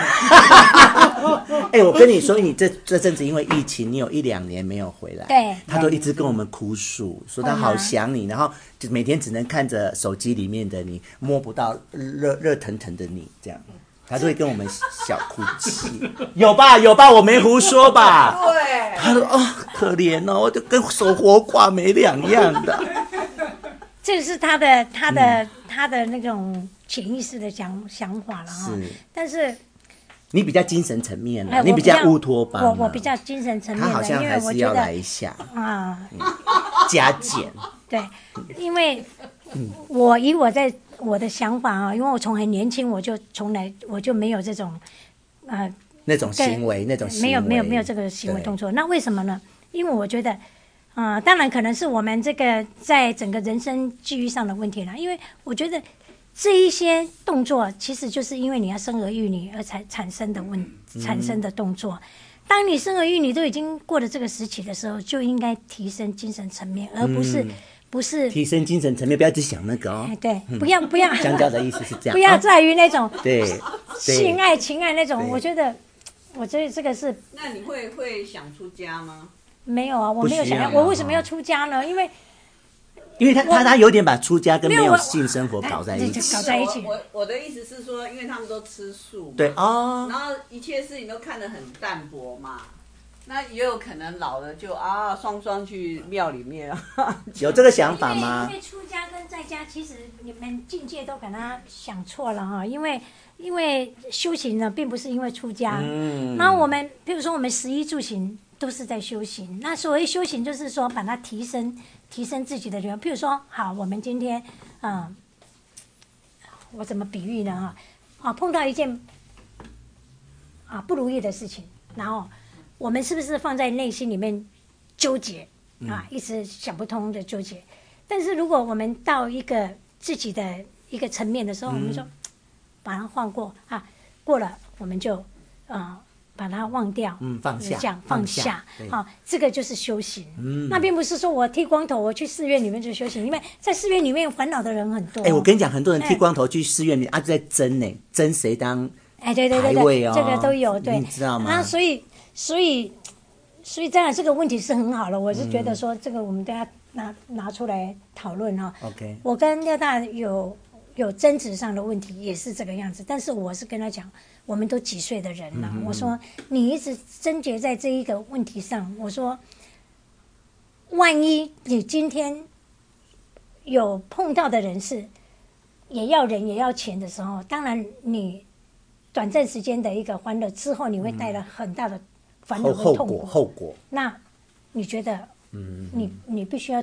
哎、欸，我跟你说，你这这阵子因为疫情，你有一两年没有回来， 对， 他都一直跟我们哭诉，说他好想你，然后就每天只能看着手机里面的你，摸不到热热腾腾的你，这样，他就会跟我们小哭泣，有吧有吧，我没胡说吧？ 对， 他说哦，可怜哦，我就跟守活寡没两样的。 这是他的他的、嗯、他的那种潜意识的想想法了哈，但是。 你比较精神层面了，你比较乌托邦。 我我比较精神层面的， 他好像还是要来一下啊，嗯、加减。 对，因为我以我在我的想法啊，因为我从很年轻我就从来我就没有这种呃那种行为，那种行为没有没有没有这个行为动作。那为什么呢？因为我觉得啊、呃，当然可能是我们这个在整个人生际遇上的问题啦，因为我觉得。这一些动作其实就是因为你要生儿育女而才产生的问产生的动作。当你生儿育女都已经过了这个时期的时候，就应该提升精神层面，而不是、嗯、不是提升精神层面，不要只想那个哦。 哎、对，不要不要。 香蕉的意思是这样， 不要在于那种、哦、 对性爱情爱那种，我觉得，我觉得这个是。 那你会会想出家吗？ 没有啊，我没有想要，我为什么要出家呢？因为。 因为他他他有点把出家跟没有性生活搞在一起， 搞在一起。 我我的意思是说，因为他们都吃素嘛， 对哦， 然后一切事情都看得很淡薄嘛，那也有可能老了就啊，双双去庙里面啊， 有这个想法吗？ 因为出家跟在家，其实你们境界都给他想错了哈，因为因为修行呢，并不是因为出家，嗯，然后我们比如说我们食衣住行都是在修行，那所谓修行就是说把它提升。提升自己的人，譬如说，好，我们今天，嗯，我怎么比喻呢？哈，啊，碰到一件啊不如意的事情，然后我们是不是放在内心里面纠结啊，一直想不通的纠结？但是如果我们到一个自己的一个层面的时候，嗯、我们说把它放过啊，过了我们就啊。呃把它忘掉， 嗯，放下， 这样放下，好、哦，这个就是修行。嗯，那并不是说我剃光头，我去寺院里面就修行，因为在寺院里面烦恼的人很多。 哎、欸，我跟你讲，很多人剃光头去寺院里、欸、啊，就在争呢，争谁当哎，对对对对，这个都有，对， 你知道吗？ 那所以，所以，所以，当然这个问题是很好了。我是觉得说，这个我们大家拿拿出来讨论哈。 OK， 我跟廖大有有争执上的问题，也是这个样子。但是我是跟他讲。我们都几岁的人了，嗯、我说你一直纠结在这一个问题上，我说，万一你今天有碰到的人是也要人也要钱的时候，当然你短暂时间的一个欢乐之后，你会带来很大的烦恼和痛苦。 后果，后果。 那你觉得，嗯，你你必须要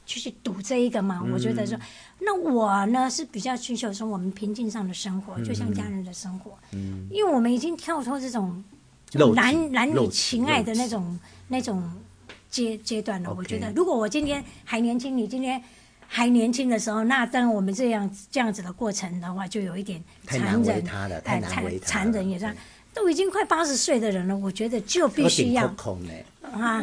去赌这一个嘛。嗯、我觉得说，那我呢是比较追求说我们平静上的生活，嗯、就像家人的生活。嗯，因为我们已经跳脱这种男男女情爱的那种那种阶阶段了。Okay. 我觉得，如果我今天还年轻，你今天还年轻的时候，那当我们这样这样子的过程的话，就有一点残忍，太难为他了，太难为他了，残忍也这样。都已经快八十岁的人了，我觉得就必须要啊，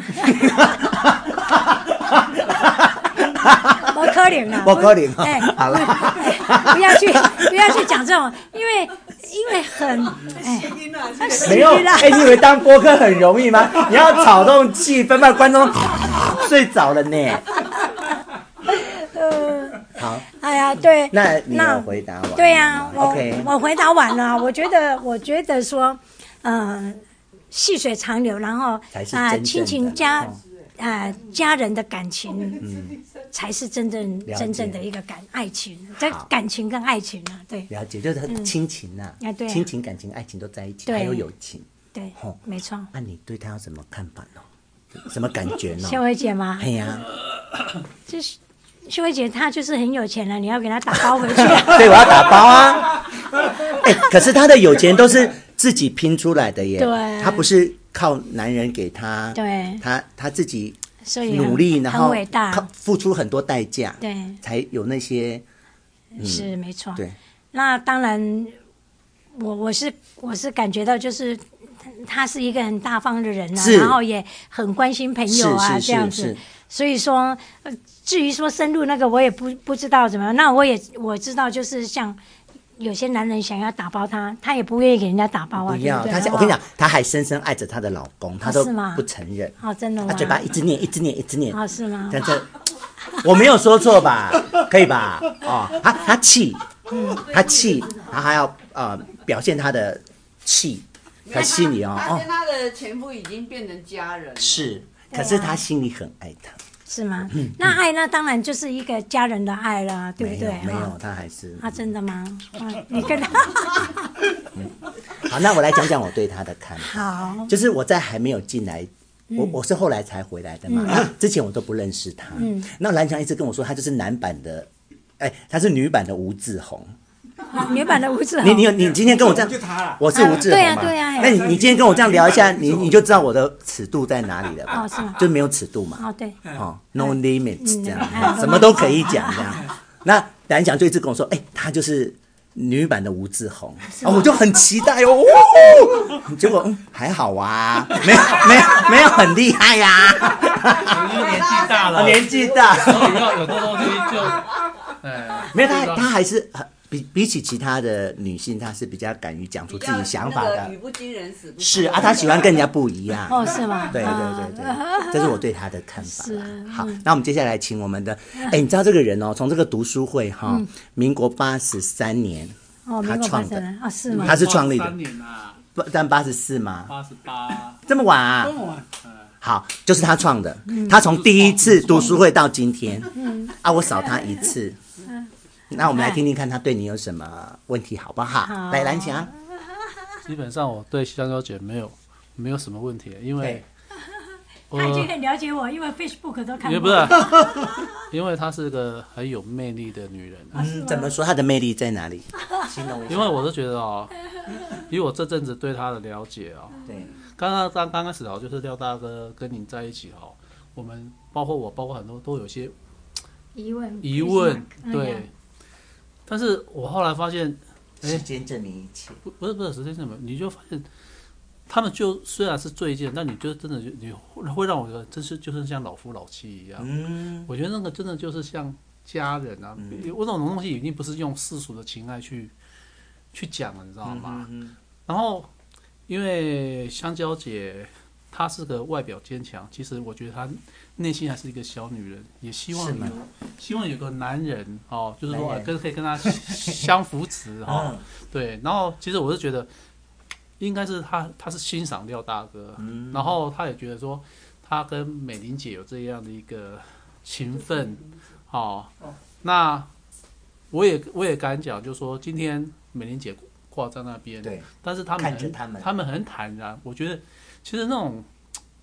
不可能啊， 不可能啊！ 哎， 好了， 不要去不要去讲这种，因为因为很哎， 没有哎，你以为当播客很容易吗？你要炒动气氛，把观众睡着了呢。好， 哎呀，对， 那你有回答完？ 对呀、啊，我 OK， 我回答完了。我觉得，我觉得说，嗯、呃，细水长流，然后啊、呃，亲情家啊、呃、家人的感情，嗯，才是真正真正的一个感爱情，这感情跟爱情啊，对， 了解，就是亲情啊，嗯、啊对啊，亲情、感情、爱情都在一起，还有友情， 对，哦，没错。 那、啊、你对他有什么看法呢？什么感觉呢？ 秀慧姐吗？ 哎呀， 就是。秀慧姐她就是很有钱了，你要给她打包回去。 对，我要打包啊！哎、欸，可是她的有钱都是自己拼出来的耶， 对， 她不是靠男人给她， 对， 她她自己努力，然后很伟大， 付出很多代价， 对， 才有那些。 嗯、是没错。 对， 那当然，我我是我是感觉到就是。他是一个很大方的人啊，然后也很关心朋友啊，这样子。所以说，呃，至于说深入那个，我也不不知道怎么样。那我也我知道，就是像有些男人想要打包他，他也不愿意给人家打包啊。 不要， 对不对？ 他我跟你讲，他还深深爱着她的老公，他都不承认。 哦，真的吗？ 他嘴巴一直念，一直念，一直念。 哦，是吗？ 但这我没有说错吧？可以吧？哦，他他气，嗯，他气，他还要呃表现他的气。他心里哦， 他跟他的前夫已经变成家人了。 是，可是他心里很爱他。 是吗？嗯、那爱那当然就是一个家人的爱了，对不对？ 没有，没有他还是。 啊，真的吗？啊，你跟他。 嗯，好，那我来讲讲我对他的看法。 好， 就是我在还没有进来，我我是后来才回来的嘛，嗯、之前我都不认识他。嗯，那蓝强一直跟我说，他就是男版的，哎，他是女版的吴志宏。 女版的吴志宏， 你你有你今天跟我这样，我是吴志宏嘛？对呀对呀。 那你你今天跟我这样聊一下，你你就知道我的尺度在哪里了吧？ 哦，是吗？ 就没有尺度嘛。 哦，对。 哦 ，no limits 这样，什么都可以讲这样。那蓝翔就一直跟我说，哎，他就是女版的吴志宏，哦，我就很期待哦。结果嗯还好啊，没有没有没有很厉害呀。 因为年纪大了， 年纪大， 所以要有的东西就，哎， 没有他他还是很。比比起其他的女性，她是比较敢于讲出自己想法的。 语不惊人死不是啊，她喜欢跟人家不一样。 哦，是吗？ 对对对对，这是我对她的看法。好，那我们接下来请我们的，哎，你知道这个人哦，从这个读书会哈，民国八十三年，他创的啊，是吗？ 他是创立的。 三年啊， 但八十四吗？ 八十八， 这么晚啊？ 这么晚。 好，就是他创的。他从第一次读书会到今天，啊，我少他一次。那我们来听听看他对你有什么问题，好不好？好，来，蓝强。 基本上我对香蕉姐没有没有什么问题，因为他已经很了解我，因为 Facebook 都看过。 也不是，因为她是个很有魅力的女人。 嗯，怎么说她的魅力在哪里？形容一下。 因为我是觉得哦，以我这阵子对她的了解哦，对，刚刚刚刚开始哦，就是廖大哥跟你在一起哦，我们包括我，包括很多都有些疑问疑问，对。但是我后来发现， 时间证明一切。 不不是不是时间证明，你就发现，他们就虽然是罪贱，但你就真的你会让我觉得，真是就是像老夫老妻一样。嗯，我觉得那个真的就是像家人啊。嗯，我这种东西已经不是用世俗的情爱去去讲了，你知道吗？嗯嗯。然后，因为香蕉姐她是个外表坚强，其实我觉得她内心还是一个小女人，也希望有希望有个男人哦，就是说跟可以跟她相扶持哦。嗯、对，然后其实我是觉得，应该是她她是欣赏廖大哥，嗯、然后她也觉得说，她跟美玲姐有这样的一个情分，哦，那我也我也敢讲，就是说今天美玲姐挂在那边， 对， 但是他们看着他们， 他们很坦然，我觉得其实那种。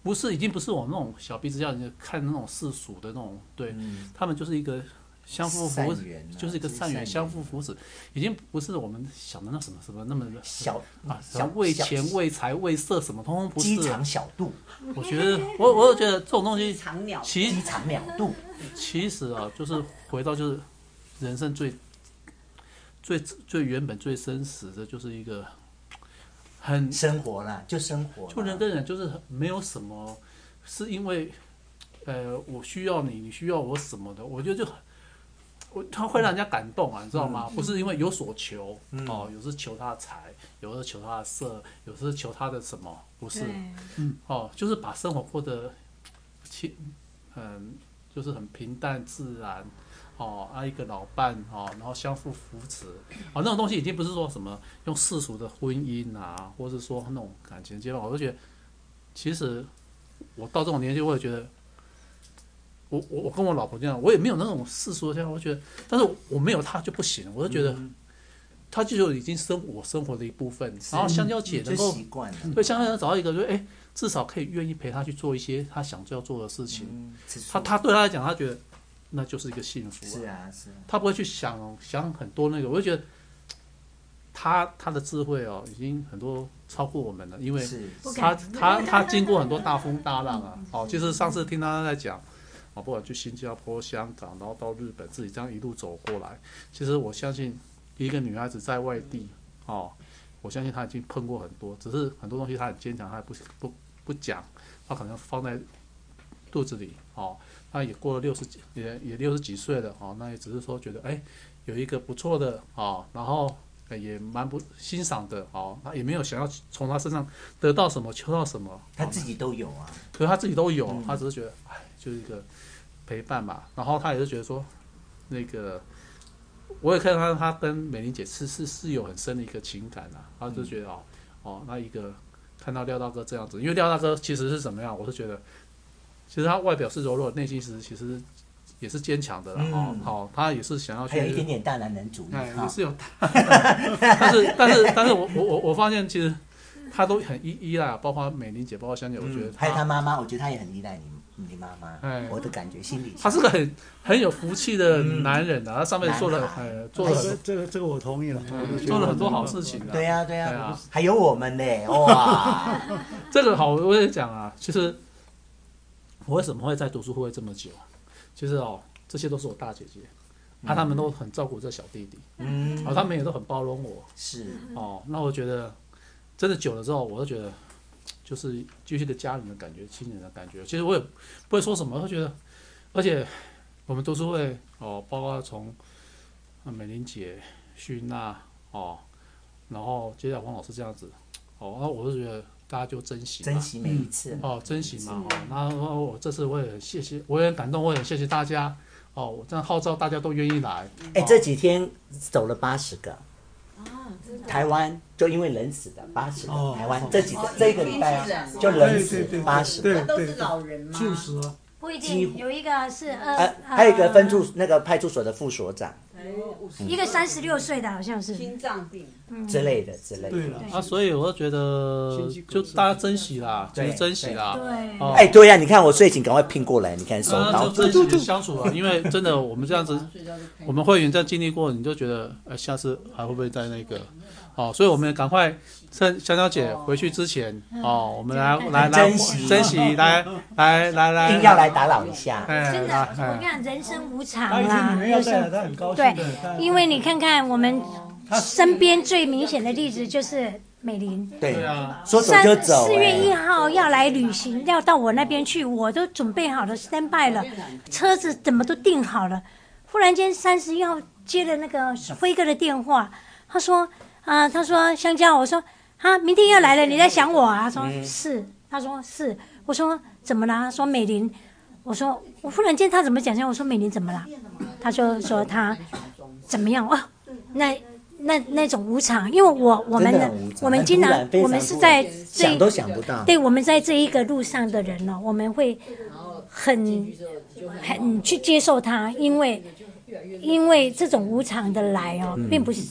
不是已经不是我们那种小鼻子叫人家看那种世俗的那种，对、嗯、他们就是一个相互扶、啊，就是一个善缘相互扶持，已经不是我们想的那什么什么那么小啊，小为钱为财为色什么，通通不是。 鸡肠小肚， 我觉得我我觉得这种东西， 其鸡肠鸟肚， 其实啊，就是回到就是人生最最最原本最真实的，就是一个很生活啦，就生活， 就人跟人就是没有什么，是因为呃我需要你，你需要我什么的，我觉得就很。我他会让人家感动啊，你知道吗？嗯、不是因为有所求、嗯、哦，有时求他的财，有时求他的色，有时求他的什么，不是，嗯，哦，就是把生活过得，嗯，就是很平淡自然，哦，啊一个老伴哦，然后相互扶持，哦，那种东西已经不是说什么用世俗的婚姻啊，或是说那种感情阶段，我就觉得，其实我到这种年纪，我也觉得。我我我跟我老婆这样，我也没有那种世俗的这样，我觉得，但是我没有她就不行了，我就觉得，她就已经生我生活的一部分。然后香蕉姐能够，对香蕉姐找到一个，就哎、欸，至少可以愿意陪她去做一些她想要做的事情。嗯、她她对她来讲，她觉得那就是一个幸福、啊。 是啊是啊。 她不会去想想很多那个，我就觉得，她她的智慧哦，已经很多超过我们了，因为她她她经过很多大风大浪啊。哦，就是上次听她在讲。啊，不管去新加坡、香港，然后到日本，自己这样一路走过来，其实我相信一个女孩子在外地，哦，我相信她已经碰过很多，只是很多东西她很坚强，她不不不讲，她可能放在肚子里，哦，她也过了六十几，也也六十几岁了，哦，那也只是说觉得，哎，有一个不错的，哦，然后也蛮不欣赏的，哦，她也没有想要从她身上得到什么、求到什么， 她自己都有啊， 可是她自己都有，嗯、她只是觉得，哎。就是一个陪伴吧，然后他也是觉得说，那个我也看到他跟美玲姐是是是有很深的一个情感啊，他就觉得哦哦，那一个看到廖大哥这样子，因为廖大哥其实是怎么样，我是觉得，其实他外表是柔弱，内心是其实也是坚强的啦，哦、嗯、哦，他也是想要去， 还有一点点大男人主义， 哎，也是有，但是但是但是我我我发现其实他都很依依赖，包括美玲姐，包括香姐，我觉得、嗯、 还有他妈妈，我觉得他也很依赖你。你妈妈，哎，我的感觉心里， 他是个很很有福气的男人啊，他上面做了，呃，做了很这个这个我同意了， 做了很多好事情啊。 对呀对呀，还有我们呢，哇， 这个好，我也讲啊，其实我为什么会在读书会这么久？其实哦，这些都是我大姐姐，啊，他们都很照顾这小弟弟，嗯，然后他们也都很包容我， 是哦，那我觉得真的久了之后，我就觉得。就是就是一个家人的感觉，亲人的感觉。其实我也不会说什么，我觉得，而且我们读书会哦，包括从美玲姐、旭娜哦，然后接下来王老师这样子哦，那我就觉得大家就珍惜， 珍惜每一次、 嗯、哦，珍惜嘛哦。那我这次我也很谢谢，我也很感动，我也很谢谢大家哦，我这样号召大家都愿意来。 哎、欸，这几天走了八十个。台湾就因为冷死的八十个，台湾这几个这一个礼拜啊，就冷死八十个， 都是老人吗？ 就是啊， 不一定，有一个是呃， 呃还有一个分驻那个派出所的副所长， 一个三十六岁的好像是心脏病之类的之类的。 对了啊，所以我就觉得就大家珍惜啦，就是珍惜啦。 对， 哎，对呀，你看我睡醒赶快拼过来，你看收到， 就珍惜相处啊，因为真的我们这样子，我们会员这样经历过，你就觉得呃下次还会不会在那个。哦，所以我们赶快趁香蕉姐回去之前，哦，我们来来来珍惜珍惜，来来来来， 一定要来打扰一下。 真的，我看人生无常啦， 人生他很高兴。 对，因为你看看我们身边最明显的例子就是美玲。 对啊，说走就走。 四月一号要来旅行，要到我那边去，我都准备好了 stand by 了，车子怎么都订好了。忽然间三十一号接了那个辉哥的电话，他说。啊、呃，他说香蕉，我说啊，明天要来了，你在想我啊？他说、嗯、是，他说是，我说怎么了？他说美玲，我说我忽然间他怎么讲这样？我说美玲怎么了？他就说他怎么样？哦，那那那种无常，因为我我们的我们经常我们是在这想都想不到， 对，我们在这一个路上的人呢、哦，我们会很很去接受它，因为因为这种无常的来哦，并不是。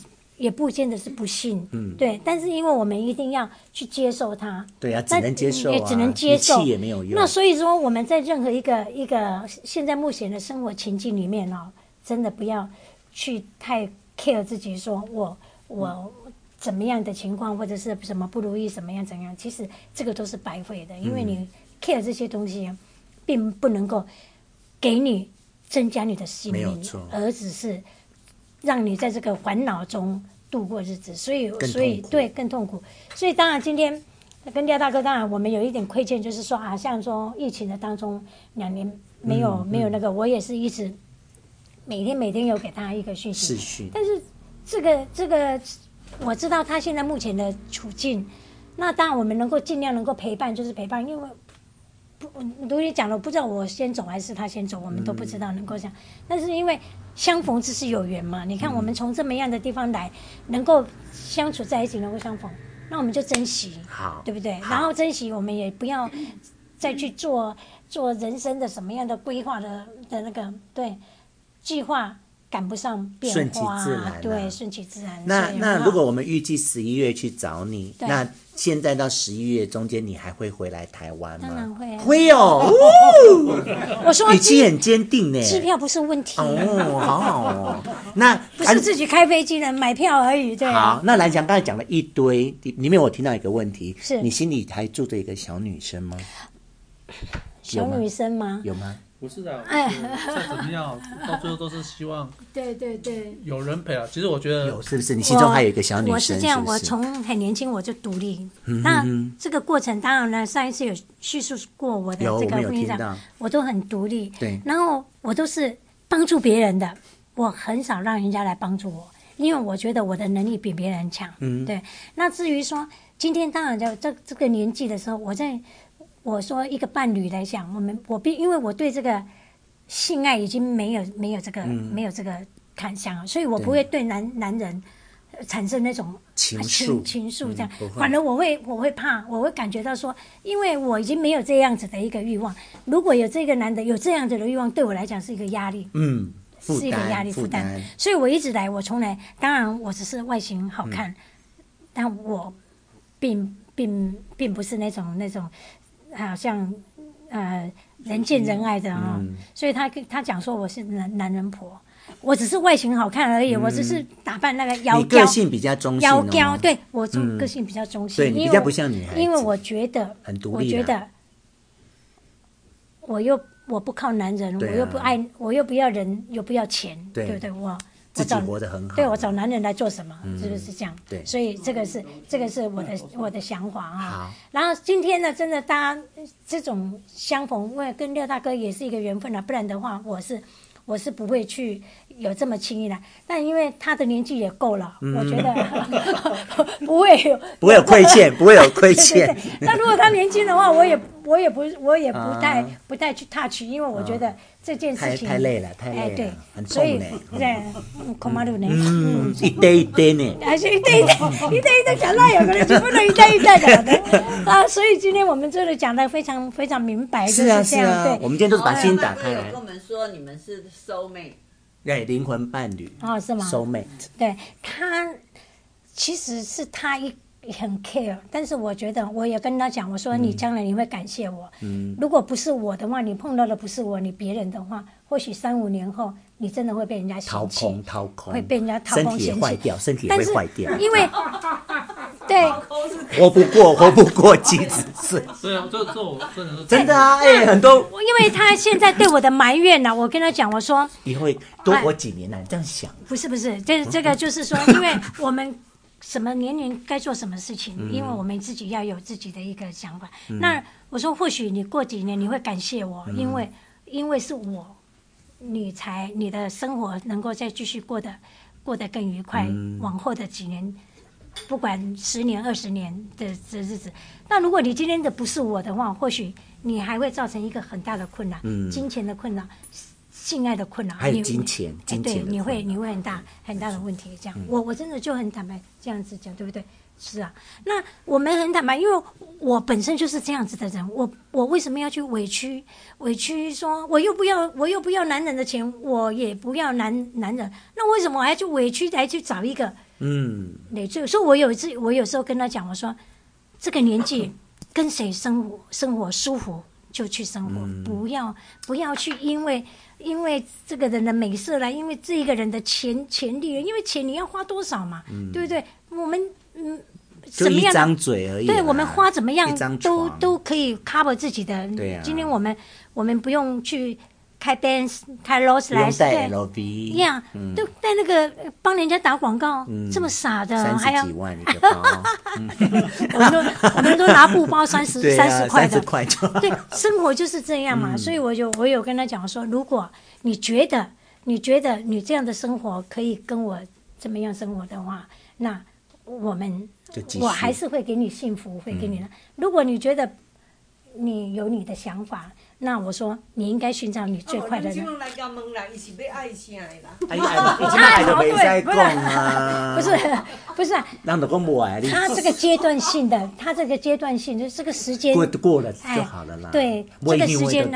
也不见得是不幸，嗯，对。但是因为我们一定要去接受它， 对啊，只能接受、啊， 也只能接受， 气也没有用。 那所以说我们在任何一个一个现在目前的生活情境里面哦，真的不要去太 care 自己，说我我怎么样的情况，或者是什么不如意，怎么样怎样，其实这个都是白费的，因为你 care 这些东西，并不能够给你增加你的心力，而只是让你在这个烦恼中度过日子，所以所以对更痛苦。所以当然今天跟廖大哥，当然我们有一点亏欠，就是说啊，像说疫情的当中两年没有、嗯、没有那个，我也是一直每天每天有给他一个讯息， 视讯， 但是这个这个我知道他现在目前的处境，那当然我们能够尽量能够陪伴就是陪伴，因为不如你讲了，不知道我先走还是他先走，我们都不知道能够这样，但是因为相逢只是有缘嘛，你看我们从这么样的地方来，能够相处在一起，能够相逢，那我们就珍惜， 好， 对不对？然后珍惜，我们也不要再去做做人生的什么样的规划的的那个对计划赶不上变化， 顺其自然、啊， 对，顺其自然。 那那如果我们预计十一月去找你，那现在到十一月中间，你还会回来台湾吗？ 当然会、啊， 会哦。 我说语气很坚定呢， 机票不是问题哦，好好哦。那不是自己开飞机的，买票而已。对、啊。 好，那蓝翔刚才讲了一堆，里面我听到一个问题， 是你心里还住着一个小女生吗？ 小女生吗？ 有吗？ 不是的，哎，再怎么样，到最后都是希望， 对对对， 有人陪啊。其实我觉得有，是不是？你心中还有一个小女生？ 我是这样， 是是我从很年轻我就独立。 嗯、 那这个过程，当然呢，上一次有叙述过我的这个婚姻上，我都很独立。 对， 然后我都是帮助别人的，我很少让人家来帮助我，因为我觉得我的能力比别人强。嗯，对。那至于说今天，当然在这这个年纪的时候，我在我说一个伴侣来讲，我们我必因为我对这个。性爱已经没有没有这个、嗯、没有这个看向，所以我不会对男男人产生那种情愫情愫这样、嗯，反而我会我会怕，我会感觉到说，因为我已经没有这样子的一个欲望，如果有这个男的有这样子的欲望，对我来讲是一个压力， 嗯， 是一个压力负担，所以我一直来，我从来当然我只是外形好看，嗯、但我并并并不是那种那种好像呃。人见人爱的啊、哦嗯，所以他他讲说我是男男人婆，我只是外形好看而已，嗯、我只是打扮那个妖娇。 你个性比较中性、哦， 妖娇，对我中个性比较中性， 对你比较不像女孩子， 因为我觉得很独立， 我觉得我又我不靠男人， 啊、 我又不爱，我又不要人，又不要钱，对, 对不对？我。 自己活得很好， 对我找男人来做什么？ 嗯、 是不是这样？ 对， 所以这个是这个是我的我的想法啊。然后今天呢，真的大家这种相逢，因为跟廖大哥也是一个缘分啊，不然的话，我是我是不会去有这么轻易的。但因为他的年纪也够了，嗯、我觉得不会有不会有亏欠，不会有亏欠。 对对对，那如果他年轻的话，我也我也不我也不太、啊、不太去 touch， 因为我觉得。这件事情太太累了，太累了，哎、 对， 很痛呢。 对，恐怕都呢。 嗯，一堆一堆呢。 还是一堆一堆，一堆一堆讲到有个人就不能一堆一堆讲的啊。所以今天我们这里讲的非常非常明白， 是啊是这样。 是啊，对，我们今天都是把心打开来。 跟我们说你们是 soul mate， 对，灵魂伴侣。 哦，是吗 ？soul mate。 对他，其实是他一。很 care， 但是我觉得我也跟他讲，我说你将来你会感谢我。嗯，如果不是我的话，你碰到的不是我，你别人的话，或许三五年后，你真的会被人家掏空，掏空， 会被人家掏空， 身体也坏掉，身体也会坏掉。 因为对， 活不过，活不过几十岁。 对啊，这这我真的是真的啊，哎，很多。 因为他现在对我的埋怨呢、啊，我跟他讲，我说你会多活几年呢、啊？你这样想？ 不是不是，这这个就是说，因为我们。什么年龄该做什么事情、嗯、因为我们自己要有自己的一个想法、嗯、那我说或许你过几年你会感谢我、嗯、因为因为是我你才你的生活能够再继续过得过得更愉快、嗯、往后的几年不管十年二十年的的日子，那如果你今天的不是我的话，或许你还会造成一个很大的困扰、嗯、金钱的困扰，性爱的困扰， 还有金钱，金钱对，你会你会很大很大的问题。这样，嗯、我我真的就很坦白这样子讲，对不对？是啊，那我们很坦白，因为我本身就是这样子的人，我我为什么要去委屈委屈说，我又不要我又不要男人的钱，我也不要男男人，那为什么我还去委屈来去找一个嗯， 累赘。所以我有一次，我有时候跟他讲，我说这个年纪跟谁生活生活舒服就去生活，嗯、不要不要去因为因为这个人的美色啦，因为这一个人的钱钱力，因为钱你要花多少嘛，嗯、对不对？我们嗯。 就一张嘴而已， 对我们花怎么样都都可以 cover 自己的。 对啊， 今天我们我们不用去开 Benz 开 Rolls 来， 带 L V， 一样都带那个帮人家打广告，这么傻的，还要三十几万一个包， 我们都我们都拿布包三十三十块的， 三十块就对，生活就是这样嘛。所以我就我有跟他讲说，如果你觉得你觉得你这样的生活可以跟我怎么样生活的话，那我们。我还是会给你幸福，会给你的。嗯、如果你觉得你有你的想法，那我说你应该寻找你最快的人。 来甲问啦，伊是要爱啥的啦？ 哎呀，已经爱都没在讲啊！ 不是不是， 人都讲不爱你。 他这个阶段性的，他这个阶段性的这个时间过过了就好了啦。 对，这个时间呢。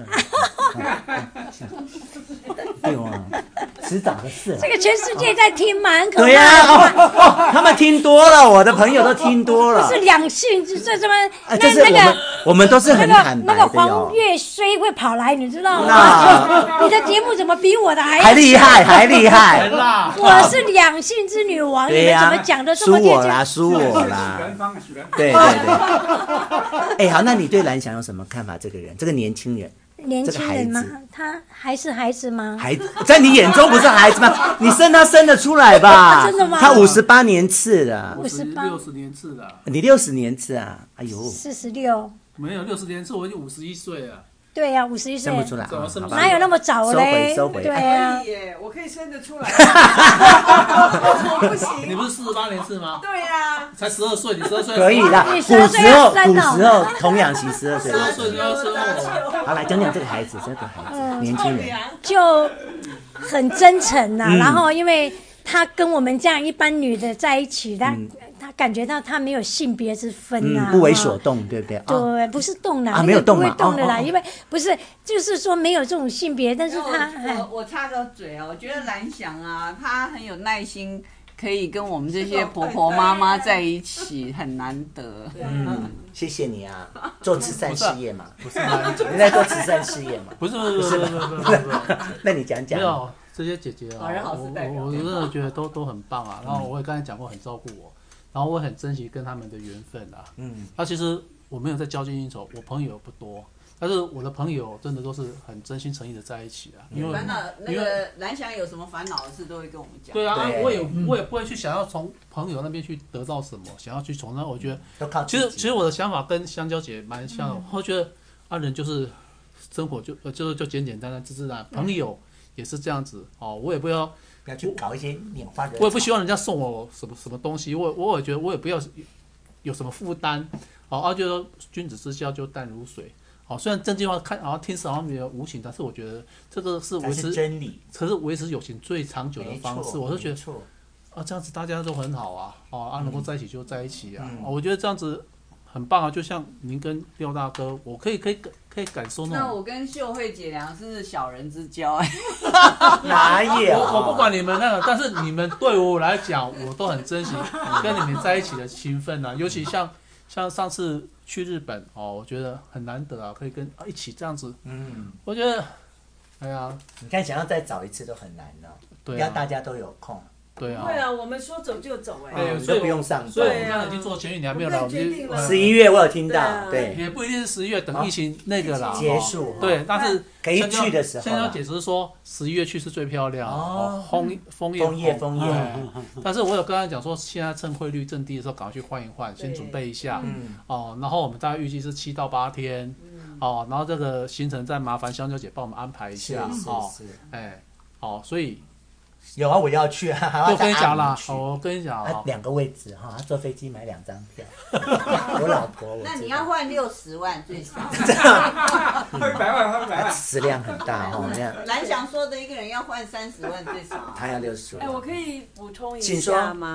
对啊，迟早的事。 这个全世界在听嘛，很可怕。对呀，哦哦，他们听多了，我的朋友都听多了。 不是两性，这这什么？ 那那个我们都是很坦白的哟。 那个黄月虽会跑来，你知道吗？你的节目怎么比我的还还厉害，还厉害？ 我是两性之女王，你们怎么讲的这么输我啦，输我啦。对对对。哎，好，那你对蓝翔有什么看法？这个人，这个年轻人。 年轻人吗？他还是孩子吗？ 孩子在你眼中不是孩子吗？你生他生得出来吧？ 真的吗？ 他五十八年次的， 五十六十年次的。 你六十年次啊？哎呦， 四十六。 没有六十年次，我已经五十一岁了。 对呀、啊，五十一岁生不出来， 怎么生不出来？哪有那么早嘞？ 收回，收回。 对啊， 可以耶，我可以生得出来。我不行。 你不是四十八年次吗？ 对呀、啊。 才十二岁，你十二岁可以啦。古时候，古时候童养媳十二岁。 十二岁就要生我。 好，来讲讲这个孩子，这个孩子，嗯、年轻人就很真诚呐、啊。嗯、然后，因为他跟我们这样一般女的在一起，他。嗯他感觉到他没有性别之分啊， 嗯、不为所动，对不对？ 对，不是动啦， 啊，没有动嘛，不会动的啦， 哦哦、 因为不是，就是说没有这种性别，但是他， 我我插个嘴啊，我觉得蓝翔啊，他很有耐心，可以跟我们这些婆婆妈妈在一起，很难得。 嗯，谢谢你啊，做慈善事业嘛，不是吗？你在做慈善事业嘛？ 不是不是不是不是不是， 那你讲讲。 没有这些姐姐啊，我我我真的觉得都都很棒啊。然后我也刚才讲过，很照顾我。然后我很珍惜跟他们的缘分啊，嗯，那其实我没有在交际应酬，我朋友不多，但是我的朋友真的都是很真心诚意的在一起啊。因为烦恼那个蓝翔有什么烦恼的事都会跟我们讲。 对啊，我也我也不会去想要从朋友那边去得到什么，想要去从那，我觉得其实其实我的想法跟香蕉姐蛮像的，我觉得啊人就是生活就就是就简简单单自自然，朋友也是这样子哦，我也不要。 不要去搞一些拈花惹草。 我也不希望人家送我什么什么东西，我我也觉得我也不要有什么负担。好、哦，啊，就说君子之交就淡如水。好、哦，虽然这句话看好像听似好像比较无情，但是我觉得这个是维持真理， 可是维持友情最长久的方式。我是觉得啊，这样子大家都很好啊，哦啊，能够在一起就在一起啊。嗯哦、我觉得这样子很棒啊，就像您跟廖大哥，我可以可以可以感受那种。 那我跟秀慧姐俩是小人之交哎。 哪有？ 我我不管你们那个，但是你们对我来讲，我都很珍惜跟你们在一起的情分啊。尤其像像上次去日本哦，我觉得很难得啊，可以跟一起这样子。嗯，我觉得，哎呀， 你看想要再找一次都很难哦。对、啊，要大家都有空。 对啊， 对啊，我们说走就走哎、 欸，所以不用上班。 所以我们刚才已经做前运，你还没有来，我们就十一月我有听到，对， 也不一定是十一月，等疫情那个啦结束。 对，但是可以去的时候， 香蕉姐只是说十一月去是最漂亮哦，枫枫叶枫叶枫叶。 但是我有跟他讲说，现在趁汇率正低的时候，赶快去换一换，先准备一下。嗯。哦，然后我们大概预计是七到八天。哦，然后这个行程再麻烦香蕉姐帮我们安排一下。哦，哎，好，所以。 有啊，我要去啊！ 我跟你讲啦，我跟你讲啊， 两个位置哈，坐飞机买两张票。我老婆， 那你要换六十万最少。 换一百万，换一百万。 食量很大哦，那样。 蓝翔说的一个人要换三十万最少。 他要六十万。 哎，我可以补充一下吗？ 对。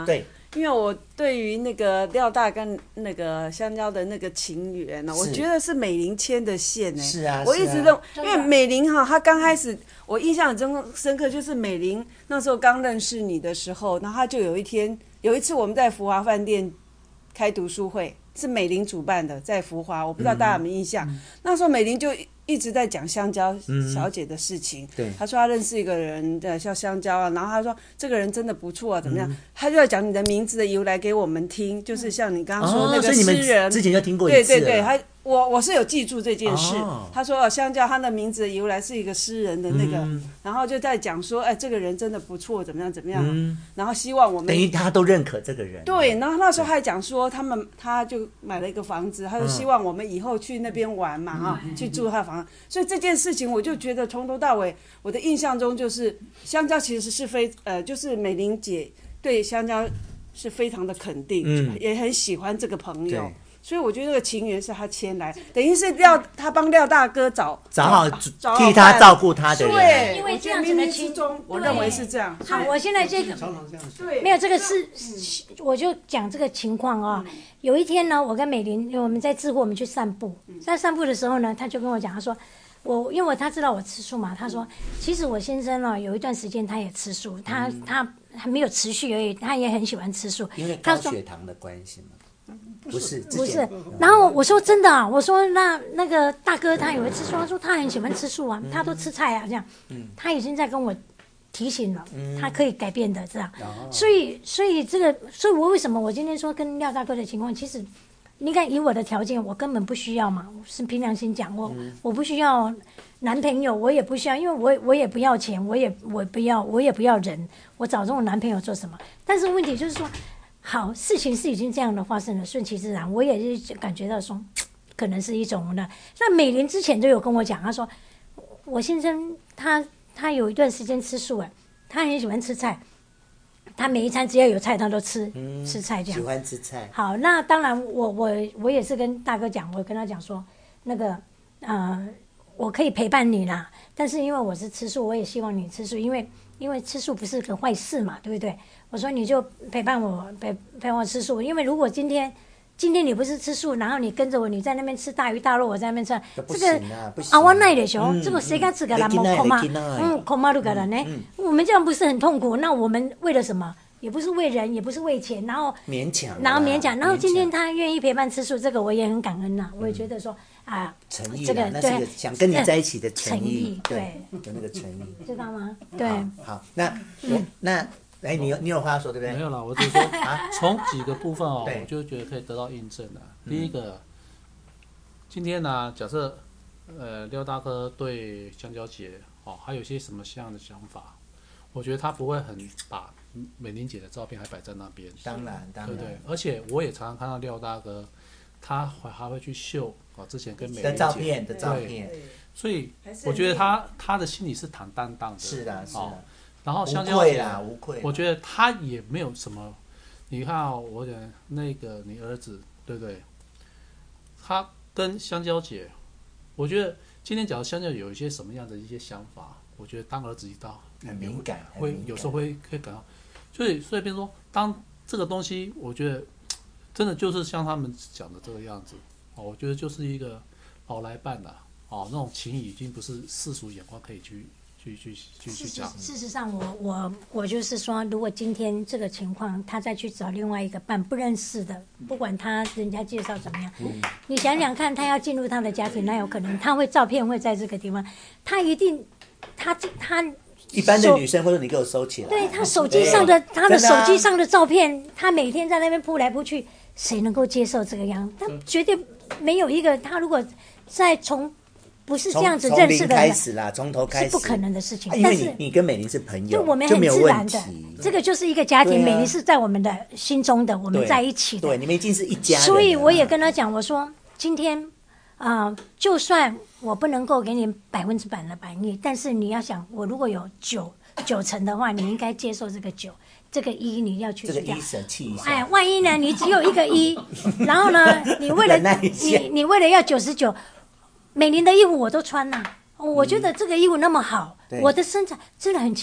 因为我对于那个廖大跟那个香蕉的那个情缘呢，我觉得是美玲牵的线呢。 是啊， 我一直都因为美玲哈，她刚开始我印象很深刻，就是美玲那时候刚认识你的时候，然后她就有一天有一次我们在福华饭店开读书会，是美玲主办的，在福华，我不知道大家有没有印象。嗯、那时候美玲就一直在讲香蕉小姐的事情，嗯、对，她说她认识一个人的叫香蕉啊，然后她说这个人真的不错啊，怎么样？她、嗯、就要讲你的名字的由来给我们听，就是像你刚刚说那个诗人， 哦、之前就听过一次， 对对对，她我我是有记住这件事。哦、她说、哦、香蕉她的名字的由来是一个诗人的那个，嗯、然后就在讲说，哎，这个人真的不错，怎么样怎么样，嗯、然后希望我们等于他都认可这个人。 对，然后那时候还讲说他们他就买了一个房子，他就希望我们以后去那边玩嘛哈，嗯、去住他的房子。所以这件事情我就觉得从头到尾，我的印象中就是香蕉其实是非呃，就是美玲姐对香蕉是非常的肯定，嗯、也很喜欢这个朋友。所以我觉得这个情缘是他牵来，等于是廖他帮廖大哥找找好替他照顾他的人。 对， 因为这样子的情中，我认为是这样。 好，我现在这个对没有这个是，我就讲这个情况啊、哦。有一天呢，我跟美玲我们在智慧，我们去散步，在散步的时候呢，他就跟我讲，他说我因为他知道我吃素嘛，他说其实我先生呢有一段时间他也吃素，他、嗯、他还没有持续而已，他也很喜欢吃素， 因为高血糖的关系嘛。不是不是，然后我说真的啊，我说那那个大哥他也会吃素，他说他很喜欢吃素啊，嗯、他都吃菜啊这样，嗯、他已经在跟我提醒了，嗯、他可以改变的这样，哦、所以所以这个，所以我为什么我今天说跟廖大哥的情况，其实你看以我的条件，我根本不需要嘛，是凭良心讲，我、嗯、我不需要男朋友，我也不需要，因为我我也不要钱，我也我不要我也不要人，我找这种男朋友做什么？但是问题就是说。好，事情是已经这样的发生了，顺其自然。我也是感觉到说，可能是一种呢。那美玲之前就有跟我讲，她说我先生他他有一段时间吃素哎，他很喜欢吃菜，他每一餐只要有菜他都吃、嗯、吃菜这样。 喜欢吃菜。 好，那当然我我我也是跟大哥讲，我跟他讲说，那个呃，我可以陪伴你啦，但是因为我是吃素，我也希望你吃素，因为因为吃素不是个坏事嘛，对不对？我说你就陪伴我，陪陪我吃素，因为如果今天今天你不是吃素，然后你跟着我，你在那边吃大鱼大肉，我在那边吃，这个啊我奈的熊，这个谁敢吃个啦？莫恐嘛，嗯，恐嘛都个了呢。我们这样不是很痛苦？那我们为了什么？也不是为人，也不是为钱，然后勉强， 然后勉强，然后今天他愿意陪伴吃素，这个我也很感恩呐，我也觉得说啊， 诚意，这个对，想跟你在一起的诚意， 对， 有那个诚意， 知道吗？对， 好，那我那。哎，你有你有话说对不对？ 没有啦，我就说啊，从几个部分哦，我就觉得可以得到印证了。第一个，今天呢，假设呃廖大哥对香蕉姐哦，还有些什么样的想法？我觉得他不会很把美玲姐的照片还摆在那边。 当然，当然， 对不对？而且我也常常看到廖大哥，他还还会去秀哦，之前跟美玲姐的照片的照片， 所以我觉得他他的心里是坦荡荡的。 是的，是的。 然后香蕉姐， 无愧， 我觉得他也没有什么。你看哦，我讲那个你儿子，对不对？他跟香蕉姐，我觉得今天假如香蕉有一些什么样的一些想法，我觉得当儿子一到很敏感， 会有时候会会感到，所以所以变成说，当这个东西，我觉得真的就是像他们讲的这个样子哦，我觉得就是一个老来伴的哦，那种情谊已经不是世俗眼光可以去。去去去去讲。 事实上我，我我我就是说，如果今天这个情况，他再去找另外一个伴不认识的，不管他人家介绍怎么样，嗯、你想想看，他要进入他的家庭，那有可能他会照片会在这个地方，他一定，他他一般的女生或者你给我收起来， 对他手机上的他的手机上的照片，他每天在那边扑来扑去，谁能够接受这个样？他绝对没有一个，他如果再从。不是这样子认识的人， 开始啦，从头开始是不可能的事情。 因为你你跟美玲是朋友， 就我们很自然的，这个就是一个家庭。美玲是在我们的心中的，我们在一起的， 对，你们已经是一家人。 所以我也跟他讲，我说今天啊、呃，就算我不能够给你百分之百的满意，但是你要想，我如果有九九成的话，你应该接受这个九。这个一你要去除掉， 这个一舍弃一下。 哎，万一呢？你只有一个一，然后呢？你为了你你为了要九十九。美玲的衣服我都穿了、啊，我觉得这个衣服那么好，嗯、我的身材真的很奇怪。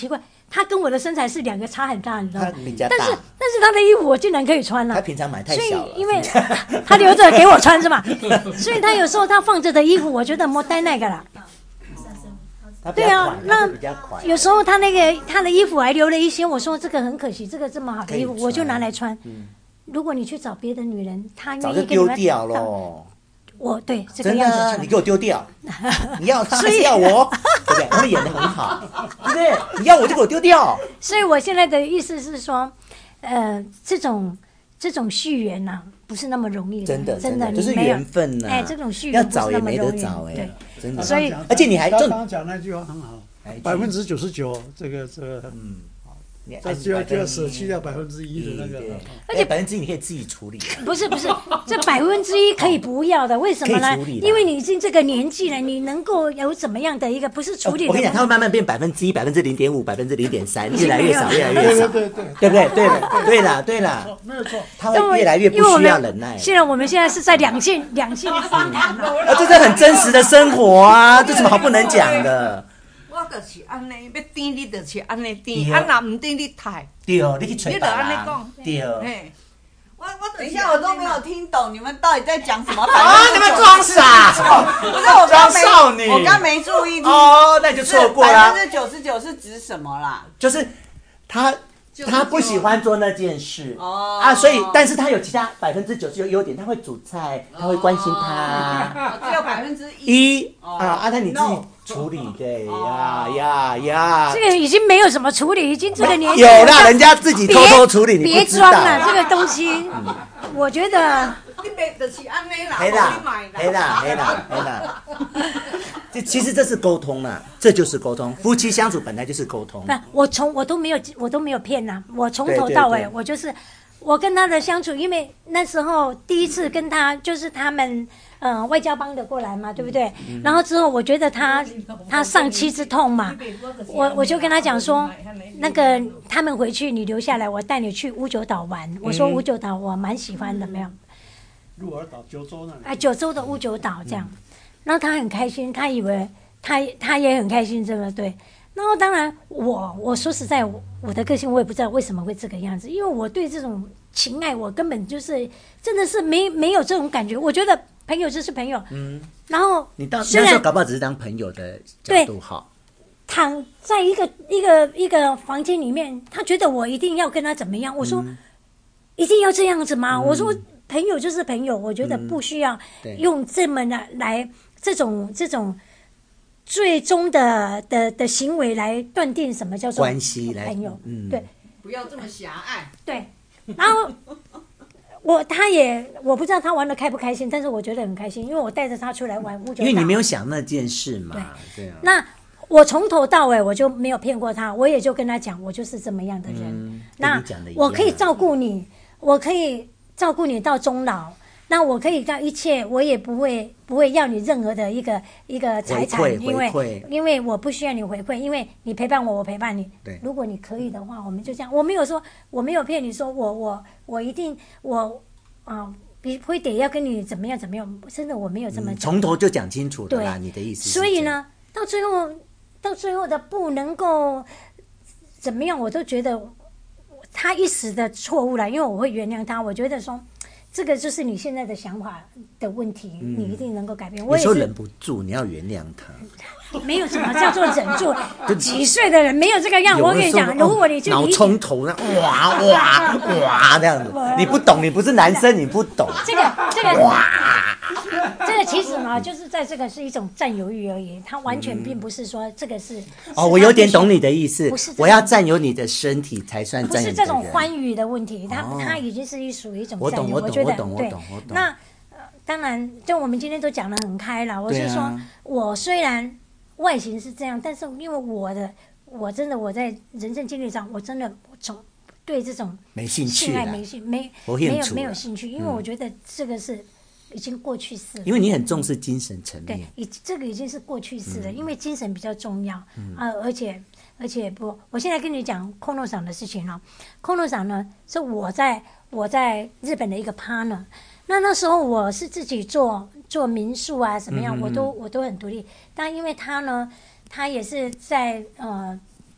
他跟我的身材是两个差很大，你知道吗？ 他比较大， 但是但是他的衣服我竟然可以穿了。 他平常买太小了， 所以因为他留着给我穿是吧？所以他有时候他放着的衣服，我觉得没带那个啦。对啊，那有时候他那个他的衣服还留了一些，我说这个很可惜，这个这么好的衣服，我就拿来穿。嗯，如果你去找别的女人，她愿意给你们早就丢掉了。 我对这个样子穿， 你给我丢掉，你要他还是要我？对不对？他们演得很好，对不对？你要我就给我丢掉。 所以我现在的意思是说，呃，这种这种续缘呐、啊，不是那么容易的， 真的真的， 就是缘分呐、啊。 哎，这种续缘要找也没得找哎，真的。 所以， 而且你还刚刚讲那句话很好，百分之九十九，这个这个嗯。这就要就要舍弃掉百分之一的那个， 而且百分之一你可以自己处理。 不是不是，这百分之一可以不要的，为什么呢？因为你已经这个年纪了，你能够有怎么样的一个不是处理？ 我跟你讲，它会慢慢变百分之一、百分之零点五、百分之零点三，越来越少，越来越少， 对对对， 对不对？对了，对了，对了， 没有错， 它会越来越不需要忍耐。 现在我们现在是在两性两性访谈啊，这是很真实的生活啊，这什么好不能讲的？ 我就是安尼，要甜你就是安尼甜，啊若唔甜你太。 对，你去找别人。对。 我我等一下我都没有听懂你们到底在讲什么。 啊！你们装傻， 不是我装少女， 我刚没注意听。 哦，那你就错过了。 百分之九十九是指什么啦？ 就是他。他不喜欢做那件事哦啊，所以但是他有其他百分之九十的优点，他会煮菜，他会关心他， 只有百分之一啊啊，那你自己处理对呀呀呀， 这个已经没有什么处理，已经这个年纪有啦，人家自己偷偷处理，你别装了，这个东西，我觉得。 你买就是安尼啦， 黑啦，黑啦，黑啦，黑啦。这其实这是沟通啦，这就是沟通。夫妻相处本来就是沟通。 不，我从我都没有我都没有骗呐，我从头到尾我就是我跟他的相处，因为那时候第一次跟他就是他们呃外交帮的过来嘛，对不对？嗯、然后之后我觉得他他上妻之痛嘛，我我就跟他讲说，那个他们回去你留下来，我带你去乌九岛玩。我说乌九岛我蛮喜欢的，没有。 鹿儿岛、九州那里。 哎，九州的乌九岛这样，嗯、然后他很开心，他以为他他也很开心，这个对。然后当然我我说实在，我我的个性我也不知道为什么会这个样子，因为我对这种情爱我根本就是真的是没没有这种感觉。我觉得朋友就是朋友，嗯。然后你到那时候搞不好只是当朋友的角度好。 躺在一个一个一个房间里面，他觉得我一定要跟他怎么样？我说、嗯、一定要这样子吗？嗯、我说。朋友就是朋友，我觉得不需要用这么来、嗯、来这种这种最终的的的行为来断定什么叫做关系来朋友。嗯，对， 不要这么狭隘。 对，然后我他也我不知道他玩得开不开心，但是我觉得很开心，因为我带着他出来玩乌九岛。 因为你没有想那件事嘛，对, 对啊。 那我从头到尾我就没有骗过他，我也就跟他讲，我就是这么样的人。嗯、那我可以照顾你，我可以。照顾你到终老，那我可以干一切，我也不会不会要你任何的一个一个财产，因为因为我不需要你回馈，因为你陪伴我，我陪伴你。 对， 如果你可以的话，我们就这样。我没有说，我没有骗你说我我我一定我啊，你非得要跟你怎么样怎么样，真的我没有这么讲、嗯、 从头就讲清楚了啦，你的意思是。 所以呢，到最后到最后的不能够怎么样，我都觉得。他一时的错误了，因为我会原谅他。我觉得说，这个就是你现在的想法的问题，嗯、你一定能够改变。我也是有时候忍不住，你要原谅他。 没有什么叫做忍住，几岁的人没有这个样。我跟你讲，如果你去脑冲头那哇哇哇这样子，你不懂，你不是男生，你不懂。 这个这个哇，这个其实嘛，就是在这个是一种占有欲而已，它完全并不是说这个是。 哦，我有点懂你的意思。不是，我要占有你的身体才算占有。 不是这种欢愉的问题，它它已经是一属于一种占有。 我懂，我懂，我懂， 我懂，我懂。那当然，就我们今天都讲得很开了。我是说，我虽然。外形是这样，但是因为我的，我真的我在人生经历上，我真的从对这种没兴趣， 性爱没兴没没有没有兴趣，因为我觉得这个是已经过去式了。 因为你很重视精神层面， 对，已这个已经是过去式了，嗯、因为精神比较重要、嗯、啊，而且而且不，我现在跟你讲空诺赏的事情了。空诺赏呢，是我在我在日本的一个 partner。那那时候我是自己做做民宿啊，什么样，嗯、我都我都很独立。但因为他呢，他也是在呃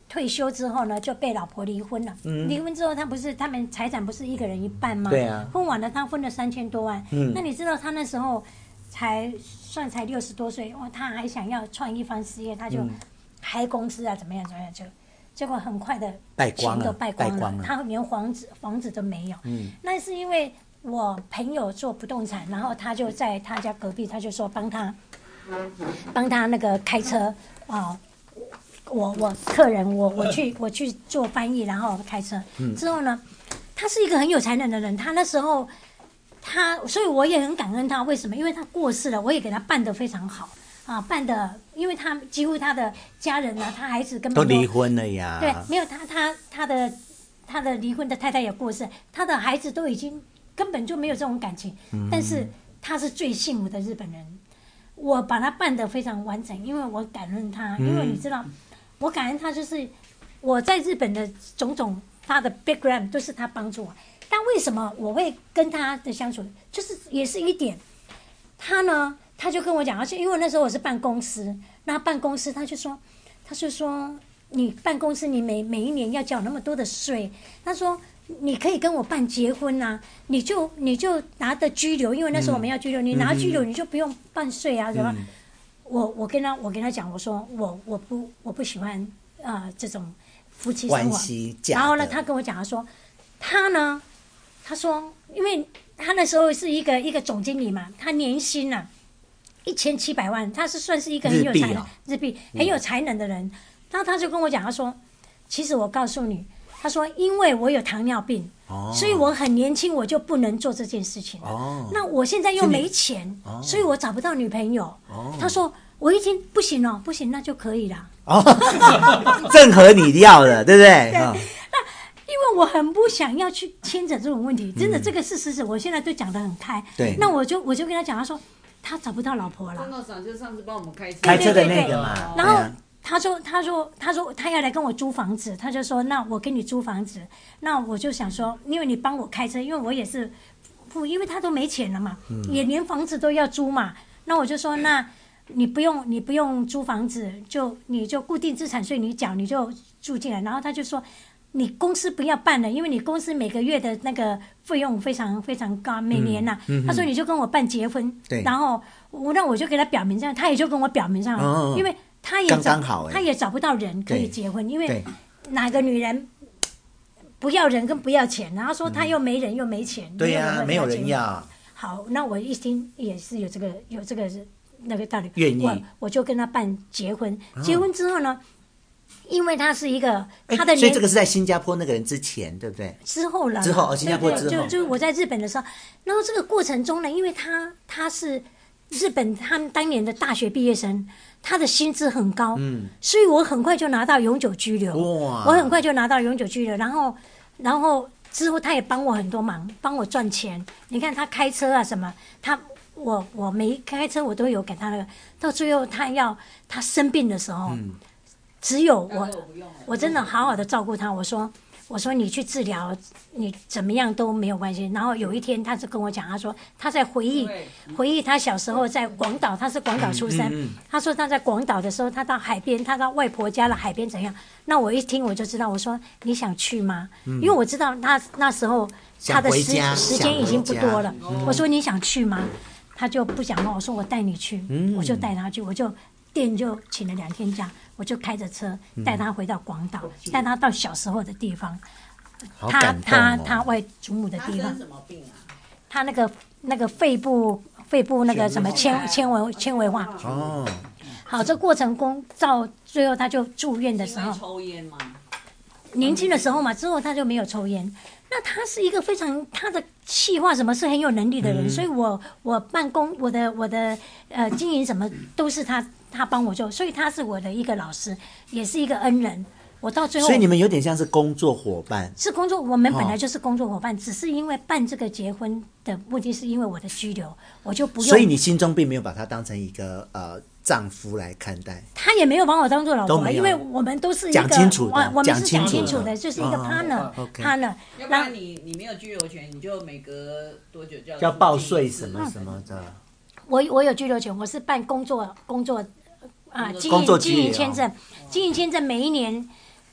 退休之后呢，就被老婆离婚了。嗯、离婚之后，他不是他们财产不是一个人一半吗？ 对啊。 分完了，他分了三千多万。嗯。那你知道他那时候才算才六十多岁，哇，他还想要创一番事业，他就开公司啊，怎么样怎么样，就结果很快的钱都败光了，光了他连房子房子都没有。嗯。那是因为我朋友做不动产，然后他就在他家隔壁，他就说帮他帮他那个开车啊。哦我我客人我我去我去做翻译，然后开车、嗯、之后呢，他是一个很有才能的人。他那时候他，所以我也很感恩他。为什么？因为他过世了，我也给他办得非常好啊，办的，因为他几乎他的家人呢，他孩子根本都离婚了呀。 对，没有他他他的他的离婚的太太也过世，他的孩子都已经根本就没有这种感情。嗯、但是他是最幸福的日本人，我把他办得非常完整，因为我感恩他，因为你知道。嗯我感恩他，就是我在日本的种种，他的 background 都是他帮助我。但为什么我会跟他的相处，就是也是一点，他呢，他就跟我讲，而且因为那时候我是办公司，那办公司他就说，他就说你办公司你每每一年要缴那么多的税，他说你可以跟我办结婚啊，你就你就拿的居留，因为那时候我们要居留，嗯、你拿居留你就不用办税啊，什么、嗯？我我跟他我跟他讲，我说我我不我不喜欢啊、呃、这种夫妻生活。然后呢，他跟我讲，他说他呢，他说，因为他那时候是一个一个总经理嘛，他年薪啊一千七百万，他是算是一个很有才能日币、哦、很有才能的人。然后他就跟我讲，他说，其实我告诉你，他说因为我有糖尿病。哦、所以我很年轻，我就不能做这件事情了。哦、那我现在又没钱，哦、所以我找不到女朋友。哦、他说我一听不行哦，不行，那就可以了。哦， 正合你要的，对不对？ 对。哦、那因为我很不想要去牵扯这种问题，真的，这个事实是我现在都讲得很开。 对。 那我就我就跟他讲，他说他找不到老婆了。 钟道长就上次帮我们开车， 开车的那个嘛。 然后。他说：“他说，他说他要来跟我租房子，他就说，那我给你租房子。那我就想说，因为你帮我开车，因为我也是不，因为他都没钱了嘛，嗯、也连房子都要租嘛。那我就说，那你不用，你不用租房子，就你就固定资产税你缴，你就住进来。然后他就说，你公司不要办了，因为你公司每个月的那个费用非常非常高，每年呐、啊。嗯嗯、他说你就跟我办结婚， 对， 然后我那我就给他表明这样，他也就跟我表明上了，哦、因为。”他也找刚刚好、欸， 他也找不到人可以结婚，因为哪个女人不要人跟不要钱，然后说他又没人又没钱， 对呀、啊，没有人要。 好，那我一听也是有这个有这个那个道理， 愿意， 我我就跟他办结婚。哦、结婚之后呢，因为他是一个他的年， 所以这个是在新加坡那个人之前，对不对？ 之后了， 之后哦，新加坡之后， 就就是我在日本的时候，然后这个过程中呢，因为他他是日本他们当年的大学毕业生。他的薪资很高，嗯，所以我很快就拿到永久居留。哇！我很快就拿到永久居留，然后，然后之后他也帮我很多忙，帮我赚钱。你看他开车啊什么，他我我没开车我都有给他那个。到最后他要他生病的时候，嗯、只有我我真的好好的照顾他。我说我说你去治疗，你怎么样都没有关系。然后有一天他就跟我讲，他说他在回忆回忆他小时候在广岛，他是广岛出生。嗯嗯嗯、他说他在广岛的时候，他到海边，他到外婆家的海边怎样？那我一听我就知道，我说你想去吗？嗯、因为我知道他那时候他的时时间已经不多了。我说你想去吗？他就不讲话。我说我带你去，嗯、我就带他去，我就店就请了两天假。我就开着车带他回到广岛，嗯、带他到小时候的地方， 哦、 他他他外祖母的地方。 他生什么病啊？ 他那个那个肺部肺部那个什么纤纤维纤维化。哦。好，这过程中到最后他就住院的时候。 抽烟吗？ 年轻的时候嘛，之后他就没有抽烟。那他是一个非常他的企划什么是很有能力的人，嗯、所以我我办公我的我的呃经营什么都是他。他帮我做，所以他是我的一个老师，也是一个恩人。我到最后， 所以你们有点像是工作伙伴。 是工作，我们本来就是工作伙伴，哦、只是因为办这个结婚的目的是因为我的居留，我就不用。 所以你心中并没有把他当成一个呃丈夫来看待。 他也没有把我当做老婆，因为我们都是一个讲清楚的， 我们是讲清楚的，就是一个 partner，partner、 哦。 partner 要不然你你没有居留权，你就每隔多久就要要报税什么什么的。 我我有居留权，我是办工作工作。啊，经营经营签证，经营签证每一年，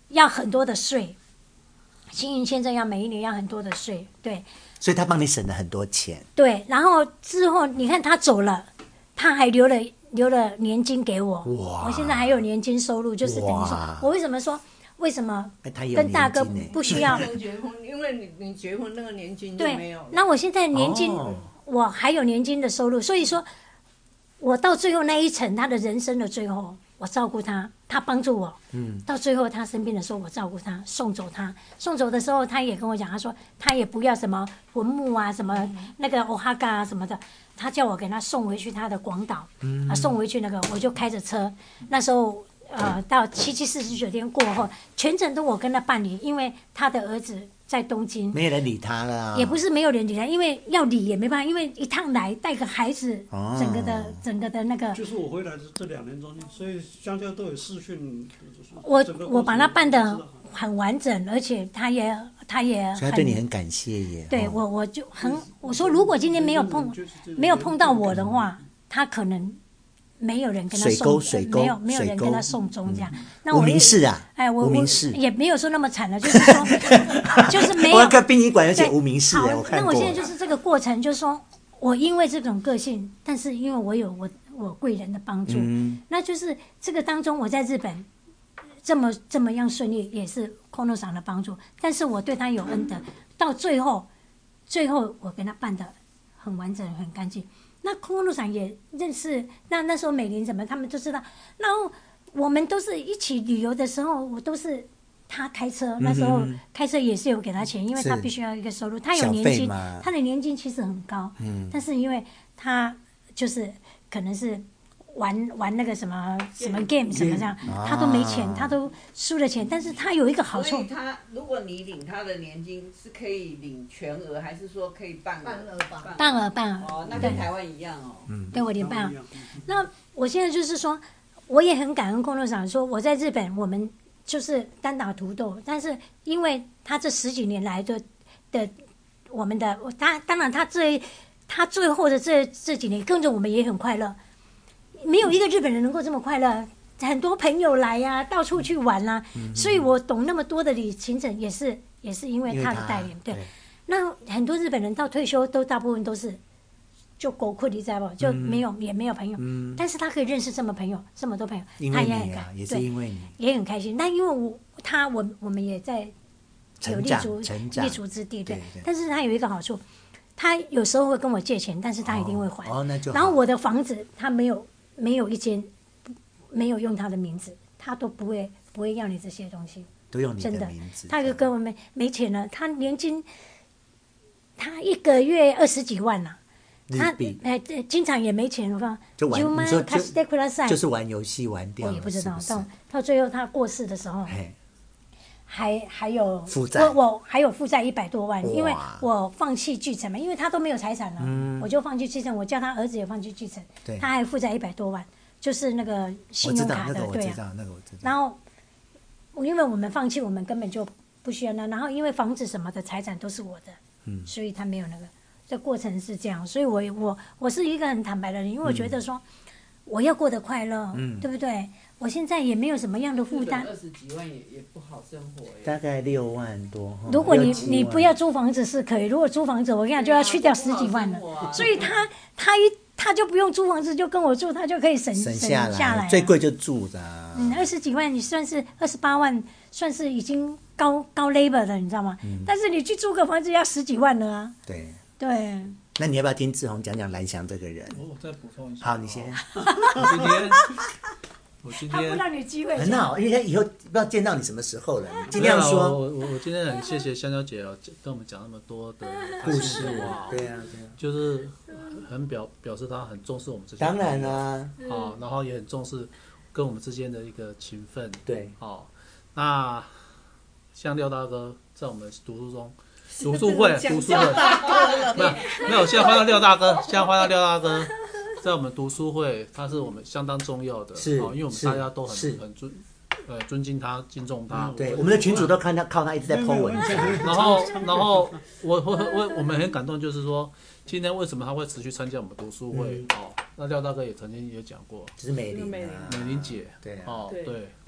要很多的税，新营签证要每一年要很多的税，对。 所以他帮你省了很多钱。 对，然后之后你看他走了，他还留了留了年金给我， 哇！ 我现在还有年金收入，就是等于说，我为什么说为什么跟大哥不需要结婚？因为你你结婚那个年金就没有了。 那我现在年金、 哦、 我还有年金的收入，所以说，我到最后那一层，他的人生的最后，我照顾他，他帮助我。嗯。到最后他生病的时候，我照顾他，送走他。送走的时候，他也跟我讲，他说他也不要什么坟墓啊，什么那个欧哈嘎啊什么的，他叫我给他送回去他的广岛，嗯、啊送回去那个，我就开着车，那时候呃到七七四十九天过后，全程都我跟他办理，因为他的儿子在东京， 没有人理他了、啊。 也不是没有人理他，因为要理也没办法，因为一趟来带个孩子， 哦、 整个的整个的那个。 就是我回来的这两年中间，所以香蕉都有视讯。 我我把他办得很完整，而且他也他也所以他对你很感谢耶。 对、哦、我我就很我说，如果今天没有碰没有碰到我的话，他可能。没有人跟他送， 水沟没有没有人跟他送终这样。 嗯、 那我无名氏啊， 哎，我无名氏也没有说那么惨了，就是说，就是没有。 我看殡仪馆有写无名氏，我看过。 那我现在就是这个过程，就是说我因为这种个性，但是因为我有我我贵人的帮助，嗯、那就是这个当中我在日本这么这么样顺利，也是Kono桑的帮助，但是我对他有恩德，到最后最后我跟他办得很完整很干净。那Kono桑也认识，那那时候美玲什么，他们都知道。然后我们都是一起旅游的时候，我都是他开车，那时候开车也是有给他钱，因为他必须要一个收入，他有年金，他的年金其实很高，嗯、但是因为他就是可能是玩玩那个什么什么 game 什么这样，啊、他都没钱，他都输了钱，但是他有一个好处。 所以他如果你领他的年金是可以领全额，还是说可以半半额吧？ 半额半额。 哦，那跟台湾一样哦。 嗯，对我领半额。那我现在就是说，我也很感恩Kono桑，说我在日本我们就是单打独斗，但是因为他这十几年来的的我们的他，当然他这他最后的这这几年跟着我们也很快乐。没有一个日本人能够这么快乐，很多朋友来呀、啊，到处去玩啦、啊嗯，所以我懂那么多的旅行程，也是也是因为他的带领。对，对那很多日本人到退休都大部分都是就狗困，你知道不？就没有、嗯、也没有朋友、嗯，但是他可以认识这么朋友这么多朋友，他也很开， 也是因为你也很开心。那因为我他我我们也在有立足立足之地，对，对对但是他有一个好处，他有时候会跟我借钱，但是他一定会还。 哦，哦那就好。 然后我的房子他没有。没有一间没有用他的名字，他都不会不会要你这些东西， 都用你的名字。 他就跟我们没钱了，他年金，他一个月二十几万了、啊，他哎经常也没钱，我说就玩，你说就就是玩游戏玩掉了， 我也不知道。 是是到到最后他过世的时候，还还有负债， 我我还有负债一百多万，因为我放弃继承嘛，因为他都没有财产了，嗯、我就放弃继承，我叫他儿子也放弃继承，他还负债一百多万，就是那个信用卡的， 那个、 对啊，那个我知道。 然后，因为我们放弃，我们根本就不需要那，然后因为房子什么的财产都是我的，嗯，所以他没有那个，这过程是这样，所以我我我是一个很坦白的人，因为我觉得说、嗯、我要过得快乐，嗯，对不对？我现在也没有什么样的负担， 二十几万也也不好生活耶， 大概六万多。 如果你你不要租房子是可以，如果租房子，我跟你讲就要去掉十几万了。啊、所以他他一他就不用租房子，就跟我住，他就可以省省下来。 下来最贵就住的、啊。 嗯，二十几万你算是二十八万，算是已经高高 labor 的，你知道吗？嗯、但是你去租个房子要十几万了啊。 对。 对。 那你要不要听志宏讲讲蓝翔这个人？ 我再补充一下。 好，你先。 我今天。我今天他不让你机会， 很好，因为他以后不知道见到你什么时候了，你尽量说。 我我我今天很谢谢香蕉姐哦，跟我们讲那么多的故事啊， 对啊对啊， 就是很表表示他很重视我们这些， 当然啦， 好，然后也很重视跟我们之间的一个情分， 对， 好，那像廖大哥在我们读书中读书会读书会，没有没有，现在换到廖大哥，现在换到廖大哥。在我们读书会，他是我们相当重要的， 是， 哦，因为我们大家都很很尊，呃，尊敬他，敬重他。 嗯、对，我们的群主都看他，靠他一直在 po 文。 然后，然后我我我我们很感动，就是说，今天为什么他会持续参加我们读书会？嗯、哦，那廖大哥也曾经也讲过， 就是美玲、啊， 美玲姐， 对、啊， 哦，对，哦，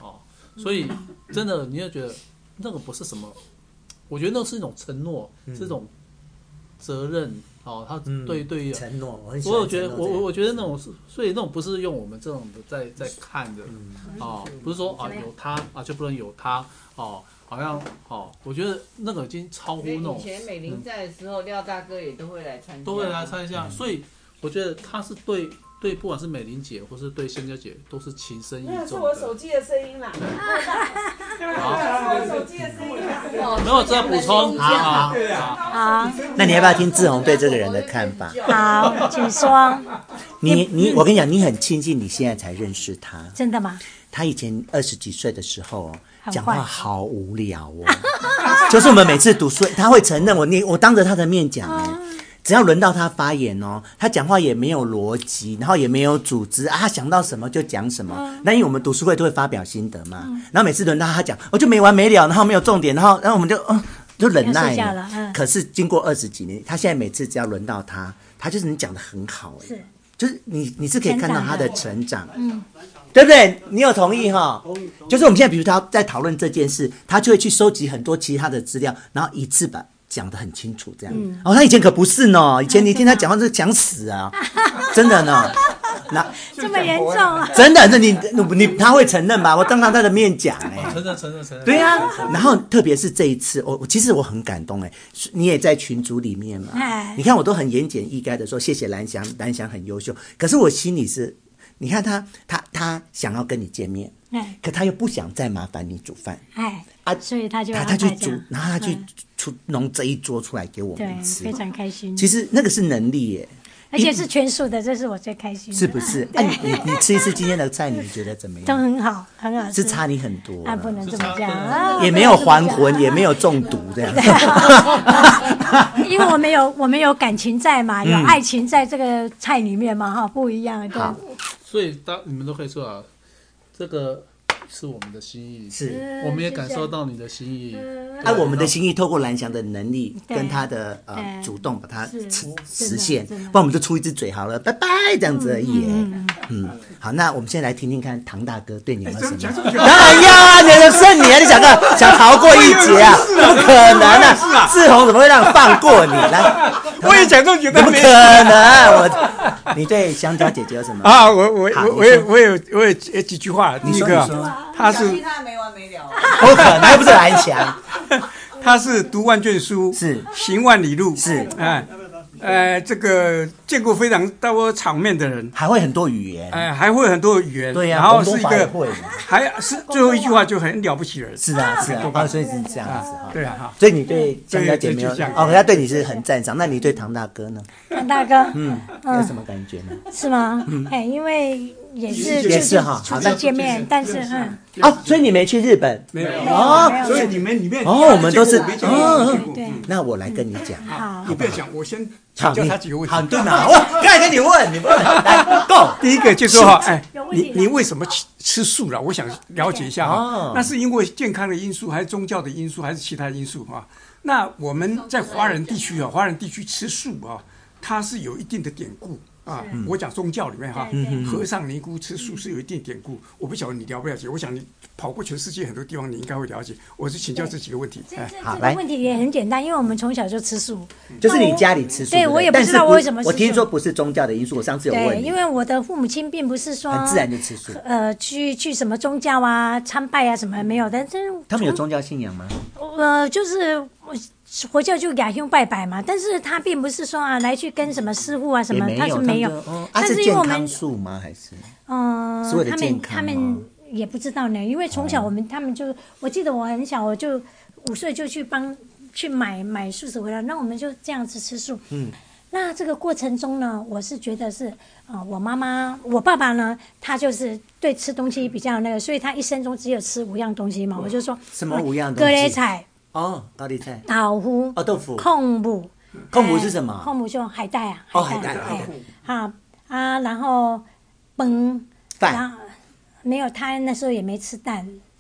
所以真的你就觉得那个不是什么，我觉得那是一种承诺，嗯、是一种责任哦。他对、嗯、对于承诺，我很喜欢承诺。我觉得我我我觉得那种，所以那种不是用我们这种的在在看的、嗯、哦，不是说啊有他啊就不能有他哦。好像哦，我觉得那个已经超乎那种。 以前美玲在的时候，廖、嗯、大哥也都会来参加， 都会来参加，嗯、所以我觉得他是对对，不管是美玲姐或是对香蕉姐，都是情深意重的。 那是我手机的声音啦。好，我手机的声音啦。 没有再补充。好，好， 好。 那你要不要听志宏对这个人的看法？ 好，请说。 你你，我跟你讲，你很庆幸你现在才认识他。 真的吗？ 他以前二十几岁的时候。讲话好无聊哦，就是我们每次读书，他会承认我你我当着他的面讲哎，只要轮到他发言哦，他讲话也没有逻辑，然后也没有组织啊，他想到什么就讲什么。那、嗯、因为我们读书会都会发表心得嘛，嗯、然后每次轮到他讲，我就没完没了，然后没有重点，然后然后我们就嗯就忍耐了。了嗯、可是经过二十几年，他现在每次只要轮到他，他就是你讲的很好哎，是就是你你是可以看到他的成长，嗯。对不对？你有同意哈？就是我们现在，比如他在讨论这件事，他就会去收集很多其他的资料，然后一次把讲得很清楚，这样。嗯、哦，他以前可不是呢，以前你听他讲话是讲死啊，真的呢。那这么严重啊？ 真的，那你你他会承认吧？我当着他的面讲哎、 欸，承认承认承认。 对啊，然后特别是这一次，我我其实我很感动哎、欸，你也在群组里面嘛，你看我都很言简意赅的说谢谢蓝翔，蓝翔很优秀，可是我心里是。你看他，他他想要跟你见面，哎，可他又不想再麻烦你煮饭， 哎，啊，所以他就他他去煮，然后他去出弄这一桌出来给我们吃， 非常开心。 其实那个是能力耶， 而且是全素的，这是我最开心的， 是不是？啊，你你你吃一次今天的菜，你觉得怎么样？ 都很好，很好吃， 是差你很多啊，不能这么讲， 也没有还魂，也没有中毒这样。 因为我们有我们有感情在嘛，有爱情在这个菜里面嘛，哈，不一样，对。 所以当你们都可以说啊，这个是我们的心意， 是， 我们也感受到你的心意。 啊，我们的心意透过蓝翔的能力跟他的呃主动把它实现，不然我们就出一只嘴好了，拜拜这样子而已。嗯，嗯好，那我们先来听听看唐大哥对你们什么？当然呀，你的剩你啊，你想个想逃过一劫啊？不可能啊！志宏怎么会让你放过你？来， 我也讲这觉得怎么可能？我。你对香蕉姐姐有什么啊？我我我我有我有我有几句话。第一个，他是他没完没了， 不可能，又不是蓝翔， 他是读万卷书， 是行万里路， 是哎呃，这个见过非常多场面的人， 还会很多语言， 哎，还会很多语言， 对呀， 然后是一个还是最后一句话就很了不起人， 是啊是啊，所以是这样子哈， 对啊哈， 所以你对香蕉姐没有哦，他对你是很赞赏，那你对唐大哥呢？ 唐大哥， 嗯，有什么感觉呢？ 是吗？哎，因为也是也是哈， 初次见面，但是嗯， 哦，所以你没去日本？ 没有哦，所以你们里面哦，我们都是哦，对，那我来跟你讲， 好， 你不要讲，我先请教他几个问题。 好，对嘛，我刚才跟你问，你不来够。 第一个就说哈，哎，你你为什么吃吃素了？我想了解一下哈，那是因为健康的因素，还是宗教的因素，还是其他因素哈？那我们在华人地区啊，华人地区吃素啊，它是有一定的典故。啊，我讲宗教里面哈，和尚尼姑吃素是有一定典故，我不晓得你了不了解。我想你跑过全世界很多地方，你应该会了解。我是请教这几个问题。 哎，好，来，问题也很简单，因为我们从小就吃素， 就是你家里吃素。 对，我也不知道为什么。 我听说不是宗教的因素，我上次有问你。 对，因为我的父母亲并不是说很自然的吃素， 呃，去去什么宗教啊、参拜啊什么没有，但是他们有宗教信仰吗？ 呃，就是我。佛教就雅兄拜拜嘛，但是他并不是说啊来去跟什么师傅啊什么，他是没有。 哦、但是因为我们素吗？还是嗯， 是为了健康他们他们也不知道呢，因为从小我们、哦、他们就，我记得我很小，我就五岁就去帮去买买素食回来，那我们就这样子吃素。嗯，那这个过程中呢，我是觉得是啊、呃，我妈妈我爸爸呢，他就是对吃东西比较那个，所以他一生中只有吃五样东西嘛，我就说什么五样东西？ 蛤蜊菜。 哦，高丽菜、 豆腐、 哦豆腐、 控母， 控母是什么？ 控母就海带啊， 哦海带， 好啊，然后崩饭， 没有，他那时候也没吃蛋，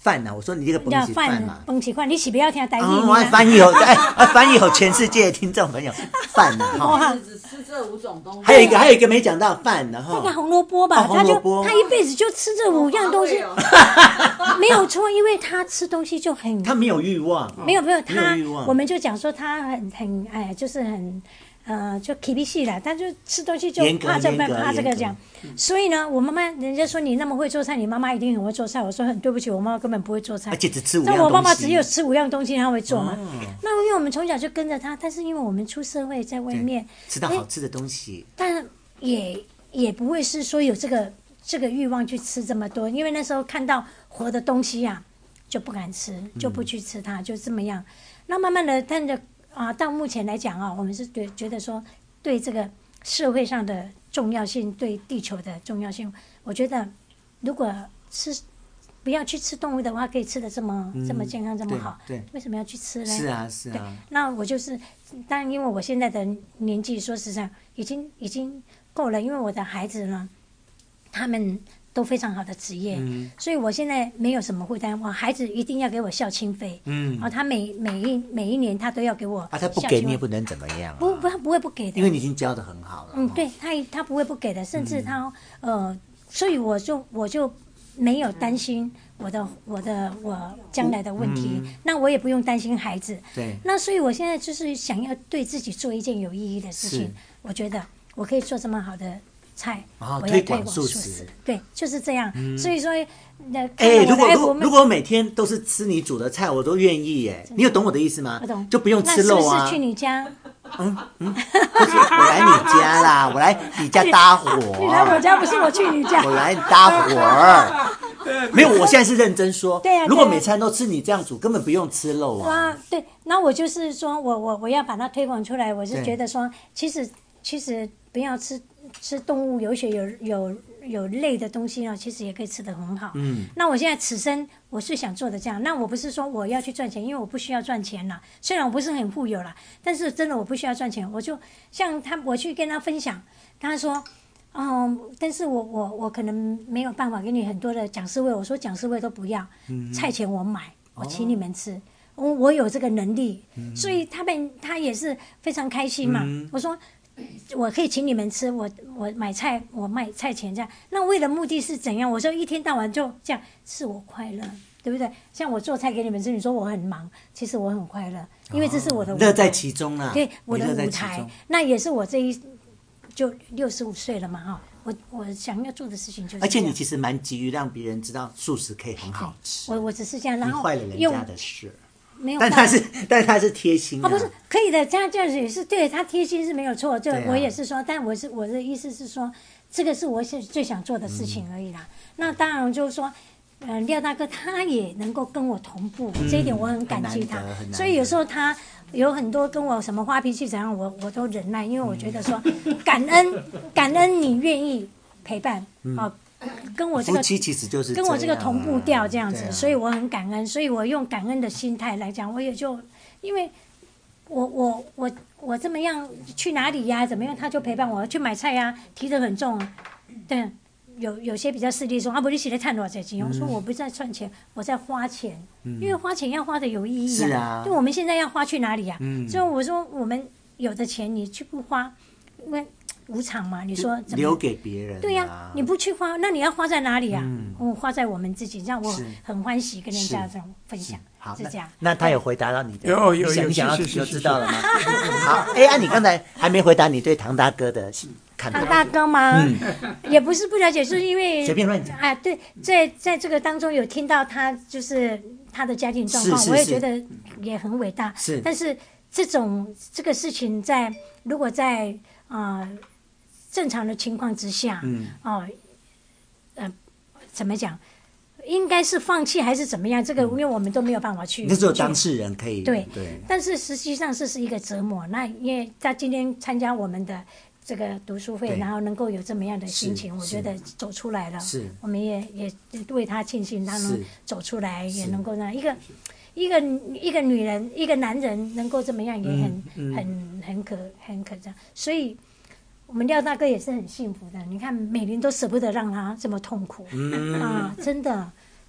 饭呐、啊，我说你这个崩起饭嘛， 崩起饭，你是不要听台语、 哦？我翻译后，哎，翻译后全世界的听众朋友，饭呐、啊、哈， 只吃这五种东西。 还有一个，还有一个没讲到饭，然后那个红萝卜吧， 哦、 他就他他一辈子就吃这五样东西，哦、没有错，因为他吃东西就很， 他没有欲望， 没有没有他，我们就讲说他很很哎，就是很。呃，就 K B C 啦，他就吃东西就怕这怕怕这个这样，所以呢，我妈妈人家说你那么会做菜，你妈妈一定很会做菜。我说很对不起，我妈妈根本不会做菜， 而且只吃五样东西。 但我爸爸只有吃五样东西，他会做嘛。哦、那因为我们从小就跟着他，但是因为我们出社会在外面吃到好吃的东西， 但也也不会是说有这个这个欲望去吃这么多，因为那时候看到活的东西啊，就不敢吃，就不去吃它，嗯、就这么样。那慢慢的，但的。啊，到目前来讲啊，我们是对觉得说，对这个社会上的重要性，对地球的重要性，我觉得如果吃不要去吃动物的话，可以吃的这么、嗯、这么健康这么好， 对，对为什么要去吃呢？ 是啊是啊。 对，那我就是，当然因为我现在的年纪，说实在已经已经够了，因为我的孩子呢，他们。都非常好的职业、嗯，所以我现在没有什么负担。我孩子一定要给我孝亲费，嗯，然后他每每一每一年他都要给我啊，他不给你也不能怎么样、啊， 不不，他不会不给的， 因为你已经教得很好了。 嗯，对他他不会不给的，甚至他、嗯、呃，所以我就我就没有担心我的我的我将来的问题、嗯，那我也不用担心孩子。 对， 那所以我现在就是想要对自己做一件有意义的事情，我觉得我可以做这么好的。菜， 哦、 我要推广素食， 对，就是这样。嗯、所以说， 哎、欸，如果如果如果我每天都是吃你煮的菜，我都愿意耶。你有懂我的意思吗？ 我懂， 就不用吃肉啊。 那是不是去你家？ 嗯嗯，我来你家啦，我来你家搭伙。 你来我家不是我去你家， 我来搭伙儿。没有，我现在是认真说。 对啊， 如果每餐都吃你这样煮，根本不用吃肉啊。 对，那我就是说我我我要把它推广出来，我是觉得说，其实其实不要吃。吃动物有血有有有类的东西呢，其实也可以吃得很好。嗯，那我现在此生我是想做的这样，那我不是说我要去赚钱，因为我不需要赚钱啦。虽然我不是很富有啦，但是真的我不需要赚钱。我就像他，我去跟他分享，他说，嗯，但是我我我可能没有办法给你很多的讲师位，我说讲师位都不要，嗯、菜钱我买，我请你们吃。哦我我有这个能力，嗯、所以他们他也是非常开心嘛。嗯、我说。我可以请你们吃，我我买菜，我卖菜钱这样。那为了目的是怎样？我说一天到晚就这样，是我快乐，对不对？像我做菜给你们吃，你说我很忙，其实我很快乐，因为这是我的舞台， 乐在其中啊。 对，我的舞台，那也是我这一就六十五岁了嘛哈。我我想要做的事情就是， 而且你其实蛮急于让别人知道素食可以很好吃。 我我只是这样，然后你坏了人家的事。 没有， 但他是，但他是贴心啊。 哦，不是可以的，这样这样子也是对他贴心是没有错。这、啊、我也是说，但我是我的意思是说，这个是我是最想做的事情而已啦。嗯、那当然就是说，嗯、呃，廖大哥他也能够跟我同步，嗯、这一点我很感激他。所以有时候他有很多跟我什么发脾气怎样，我我都忍耐，因为我觉得说感恩感恩你愿意陪伴，嗯、哦。跟我这个夫妻其实就是跟我这个同步调这样子， 啊、 所以我很感恩，所以我用感恩的心态来讲，我也就因为我我我我这么样去哪里呀、啊，怎么样，他就陪伴我去买菜呀、啊，提得很重，对，有有些比较势利说啊，不，你写的太多钱，嗯、我说我不在赚钱，我在花钱，嗯、因为花钱要花的有意义啊， 是啊， 就我们现在要花去哪里呀、啊？ 嗯， 所以我说我们有的钱你去不花，因为。无常嘛，你说怎么留给别人、啊？ 对呀、啊，你不去花，那你要花在哪里啊？嗯，我花在我们自己，这样我很欢喜跟人家这种分享， 好是这样。 那他有回答到你的？ 有有有， 你想要就知道了吗？好，哎，啊，你刚才还没回答你对唐大哥的看法。 唐大哥吗？嗯，也不是不了解，是因为随便乱讲。 啊，对，在在这个当中有听到他就是他的家庭状况，我也觉得也很伟大。 是， 但是这种这个事情在如果在啊。呃正常的情况之下，嗯，哦，呃，怎么讲？应该是放弃还是怎么样？这个因为我们都没有办法去。 那只有当事人可以。 对对。 但是实际上这是一个折磨。那因为他今天参加我们的这个读书会，然后能够有这么样的心情，我觉得走出来了。是。我们也也为他庆幸，他能走出来，也能够让一个一个一个女人，一个男人能够这么样，也很、嗯嗯、很很可很可这所以。我们廖大哥也是很幸福的，你看美玲都舍不得让他这么痛苦，嗯、啊，真的，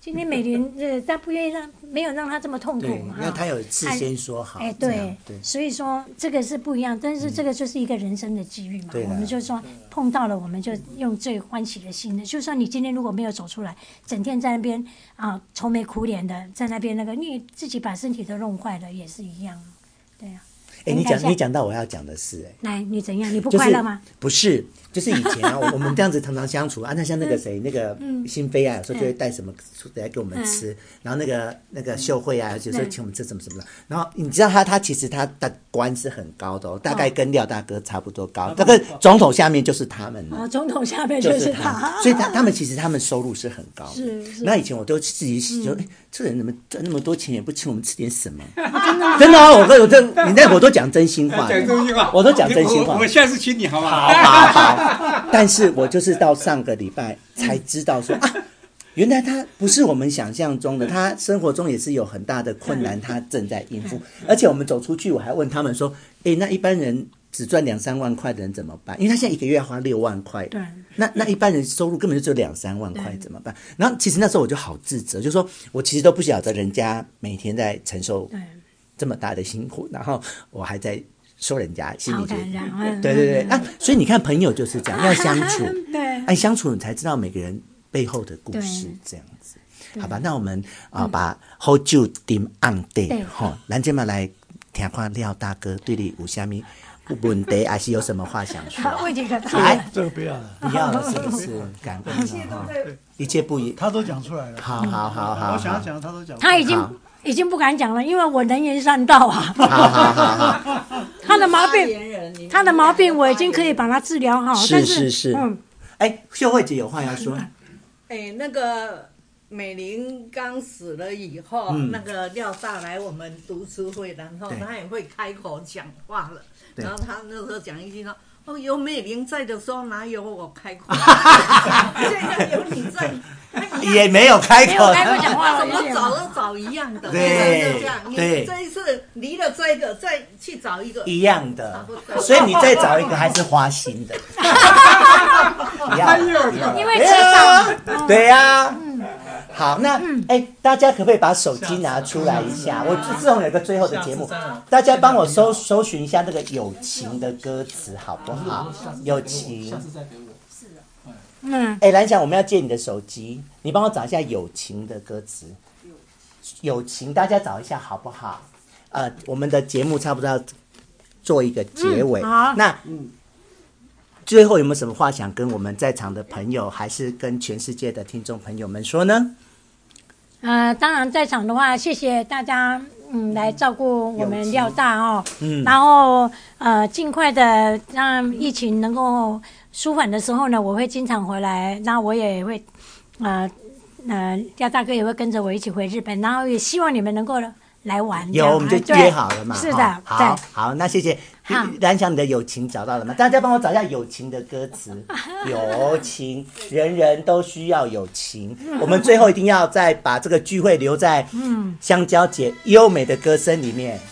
今天美玲呃，他不愿意让，没有让他这么痛苦嘛。 那他有事先说好。 哎，对，对，所以说这个是不一样，但是这个就是一个人生的机遇嘛。我们就说碰到了，我们就用最欢喜的心的。就算你今天如果没有走出来，整天在那边啊愁眉苦脸的，在那边那个，你自己把身体都弄坏了，也是一样。对啊。 哎，你讲你讲到我要讲的事，哎， 来，你怎样？你不快乐吗？ 不是。就是以前啊，我们这样子常常相处啊，那像那个谁，那个新飞啊，有时候就会带什么来给我们吃，然后那个那个秀慧啊，有时候请我们吃什么什么的。然后你知道他他其实他的官是很高的哦，大概跟廖大哥差不多高，这个总统下面就是他们了。 哦，总统下面就是他， 所以他他们其实他们收入是很高的。 是是。 那以前我都自己说，哎，这人怎么赚那么多钱，也不请我们吃点什么？真的啊，我我这你那我都讲真心话， 讲真心话， 我都讲真心话。 我下次请你好吗？ 好好好，但是。我就是到上个礼拜才知道说啊，原来他不是我们想象中的，他生活中也是有很大的困难，他正在应付。而且我们走出去，我还问他们说，哎，那一般人只赚两三万块的人怎么办？因为他现在一个月要花六万块， 对， 那那一般人收入根本就只有两三万块，怎么办？然后其实那时候我就好自责，就说我其实都不晓得人家每天在承受这么大的辛苦，然后我还在。说人家心里就对对对啊，所以你看朋友就是这样，要相处， 对， 哎，相处你才知道每个人背后的故事，这样子，好吧？那我们啊，把好酒点按对，吼，咱今嘛来听看廖大哥对你有虾米问题，还是有什么话想说？ 来，这个不要了， 不要了，是不是？感恩哈，一切不一， 他都讲出来了。 好好好好， 我想要讲，他都讲， 他已经。已经不敢讲了，因为我能言善道啊。 好好好好， 他的毛病，他的毛病我已经可以把他治疗好。 是是是，嗯，哎，秀慧姐有话要说。 哎，那个美玲刚死了以后，嗯、那个廖大来我们读书会，然后他也会开口讲话了。然后他那时候讲一句说：“哦，有美玲在的时候，哪有我开口？现在有你在。” 也没有开口， 开口讲话， 怎么找都找一样的， 对， 这样。 对， 这一次离了这个，再去找一个一样的，所以你再找一个还是花心的，一样， 因为迟早， 对呀。好，那哎，大家可不可以把手机拿出来一下？我自从有个最后的节目，大家帮我搜搜寻一下那个友情的歌词好不好？友情。嗯，哎，蓝翔，我们要借你的手机，你帮我找一下友情的歌词。友情，大家找一下好不好？呃，我们的节目差不多要做一个结尾， 嗯、好， 那嗯，最后有没有什么话想跟我们在场的朋友，还是跟全世界的听众朋友们说呢？ 呃，当然在场的话，谢谢大家，嗯，来照顾我们廖大哦，嗯，然后呃，尽快的让疫情能够舒缓的时候呢，我会经常回来，然后我也会，呃呃，廖大哥也会跟着我一起回日本，然后也希望你们能够来玩。 有，我们就约好了嘛。 是的， 好，好，那谢谢。蓝翔，你的友情找到了吗？大家帮我找一下友情的歌词。友情，人人都需要友情。我们最后一定要再把这个聚会留在香蕉姐优美的歌声里面。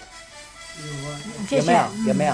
有没有？有没有？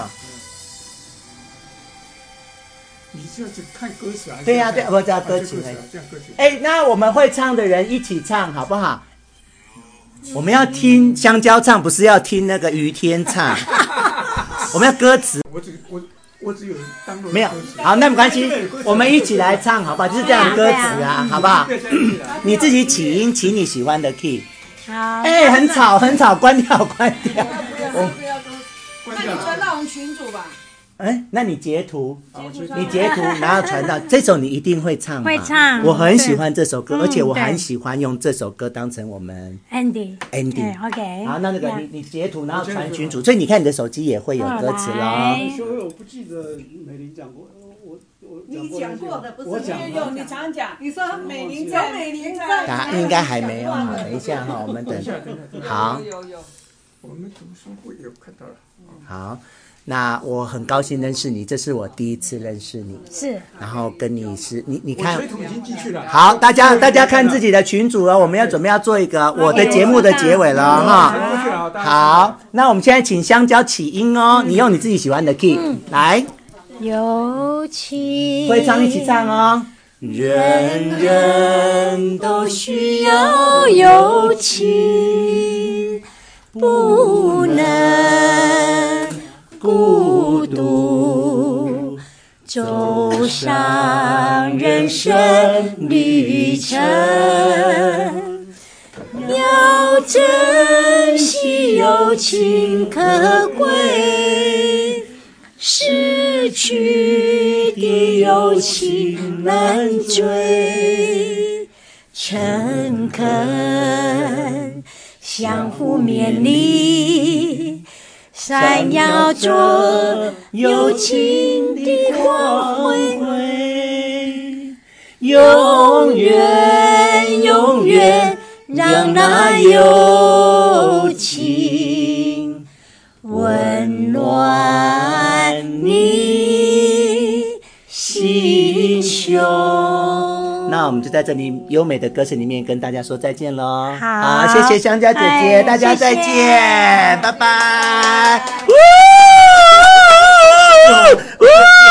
你是要看歌词啊？ 对呀，对，我叫歌词。哎，那我们会唱的人一起唱好不好？我们要听香蕉唱，不是要听那个于天唱。我们要歌词。 我只我我只有当没有。好，那没关系，我们一起来唱，好不好？就是这样歌词啊，好不好？你自己起音，起你喜欢的 key。 好。 哎，很吵，很吵，关掉，关掉。 不要不要不要，那你传到我们群组吧。 哎，那你截图，你截图，然后传到这首，你一定会唱吗？ 会唱， 我很喜欢这首歌，而且我很喜欢用这首歌当成我们 ending ending。OK， 好，那那个你你截图，然后传群组，所以你看你的手机也会有歌词咯。 我不记得美玲讲过，我我你讲过的不是？ 我讲有，你常讲，你说美玲在，美玲在， 啊，应该还没有，等一下哈，我们等。好， 有有，我们读书会有看到了。 好。那我很高兴认识你，这是我第一次认识你， 是， 然后跟你是你你看， 好， 大家大家看自己的群组哦，我们要准备要做一个我的节目的结尾了哈。好，那我们现在请香蕉起音哦，你用你自己喜欢的 key 来， 友情， 会唱一起唱哦。 人人都需要友情，不能孤独走上人生旅程，要珍惜友情可贵，失去的友情难追，诚恳相互勉励，闪耀着友情的光辉，永远永远让那友情温暖你心胸。那我们就在这里优美的歌声里面跟大家说再见喽。 好， 好，谢谢香蕉姐姐，大家再见，拜拜。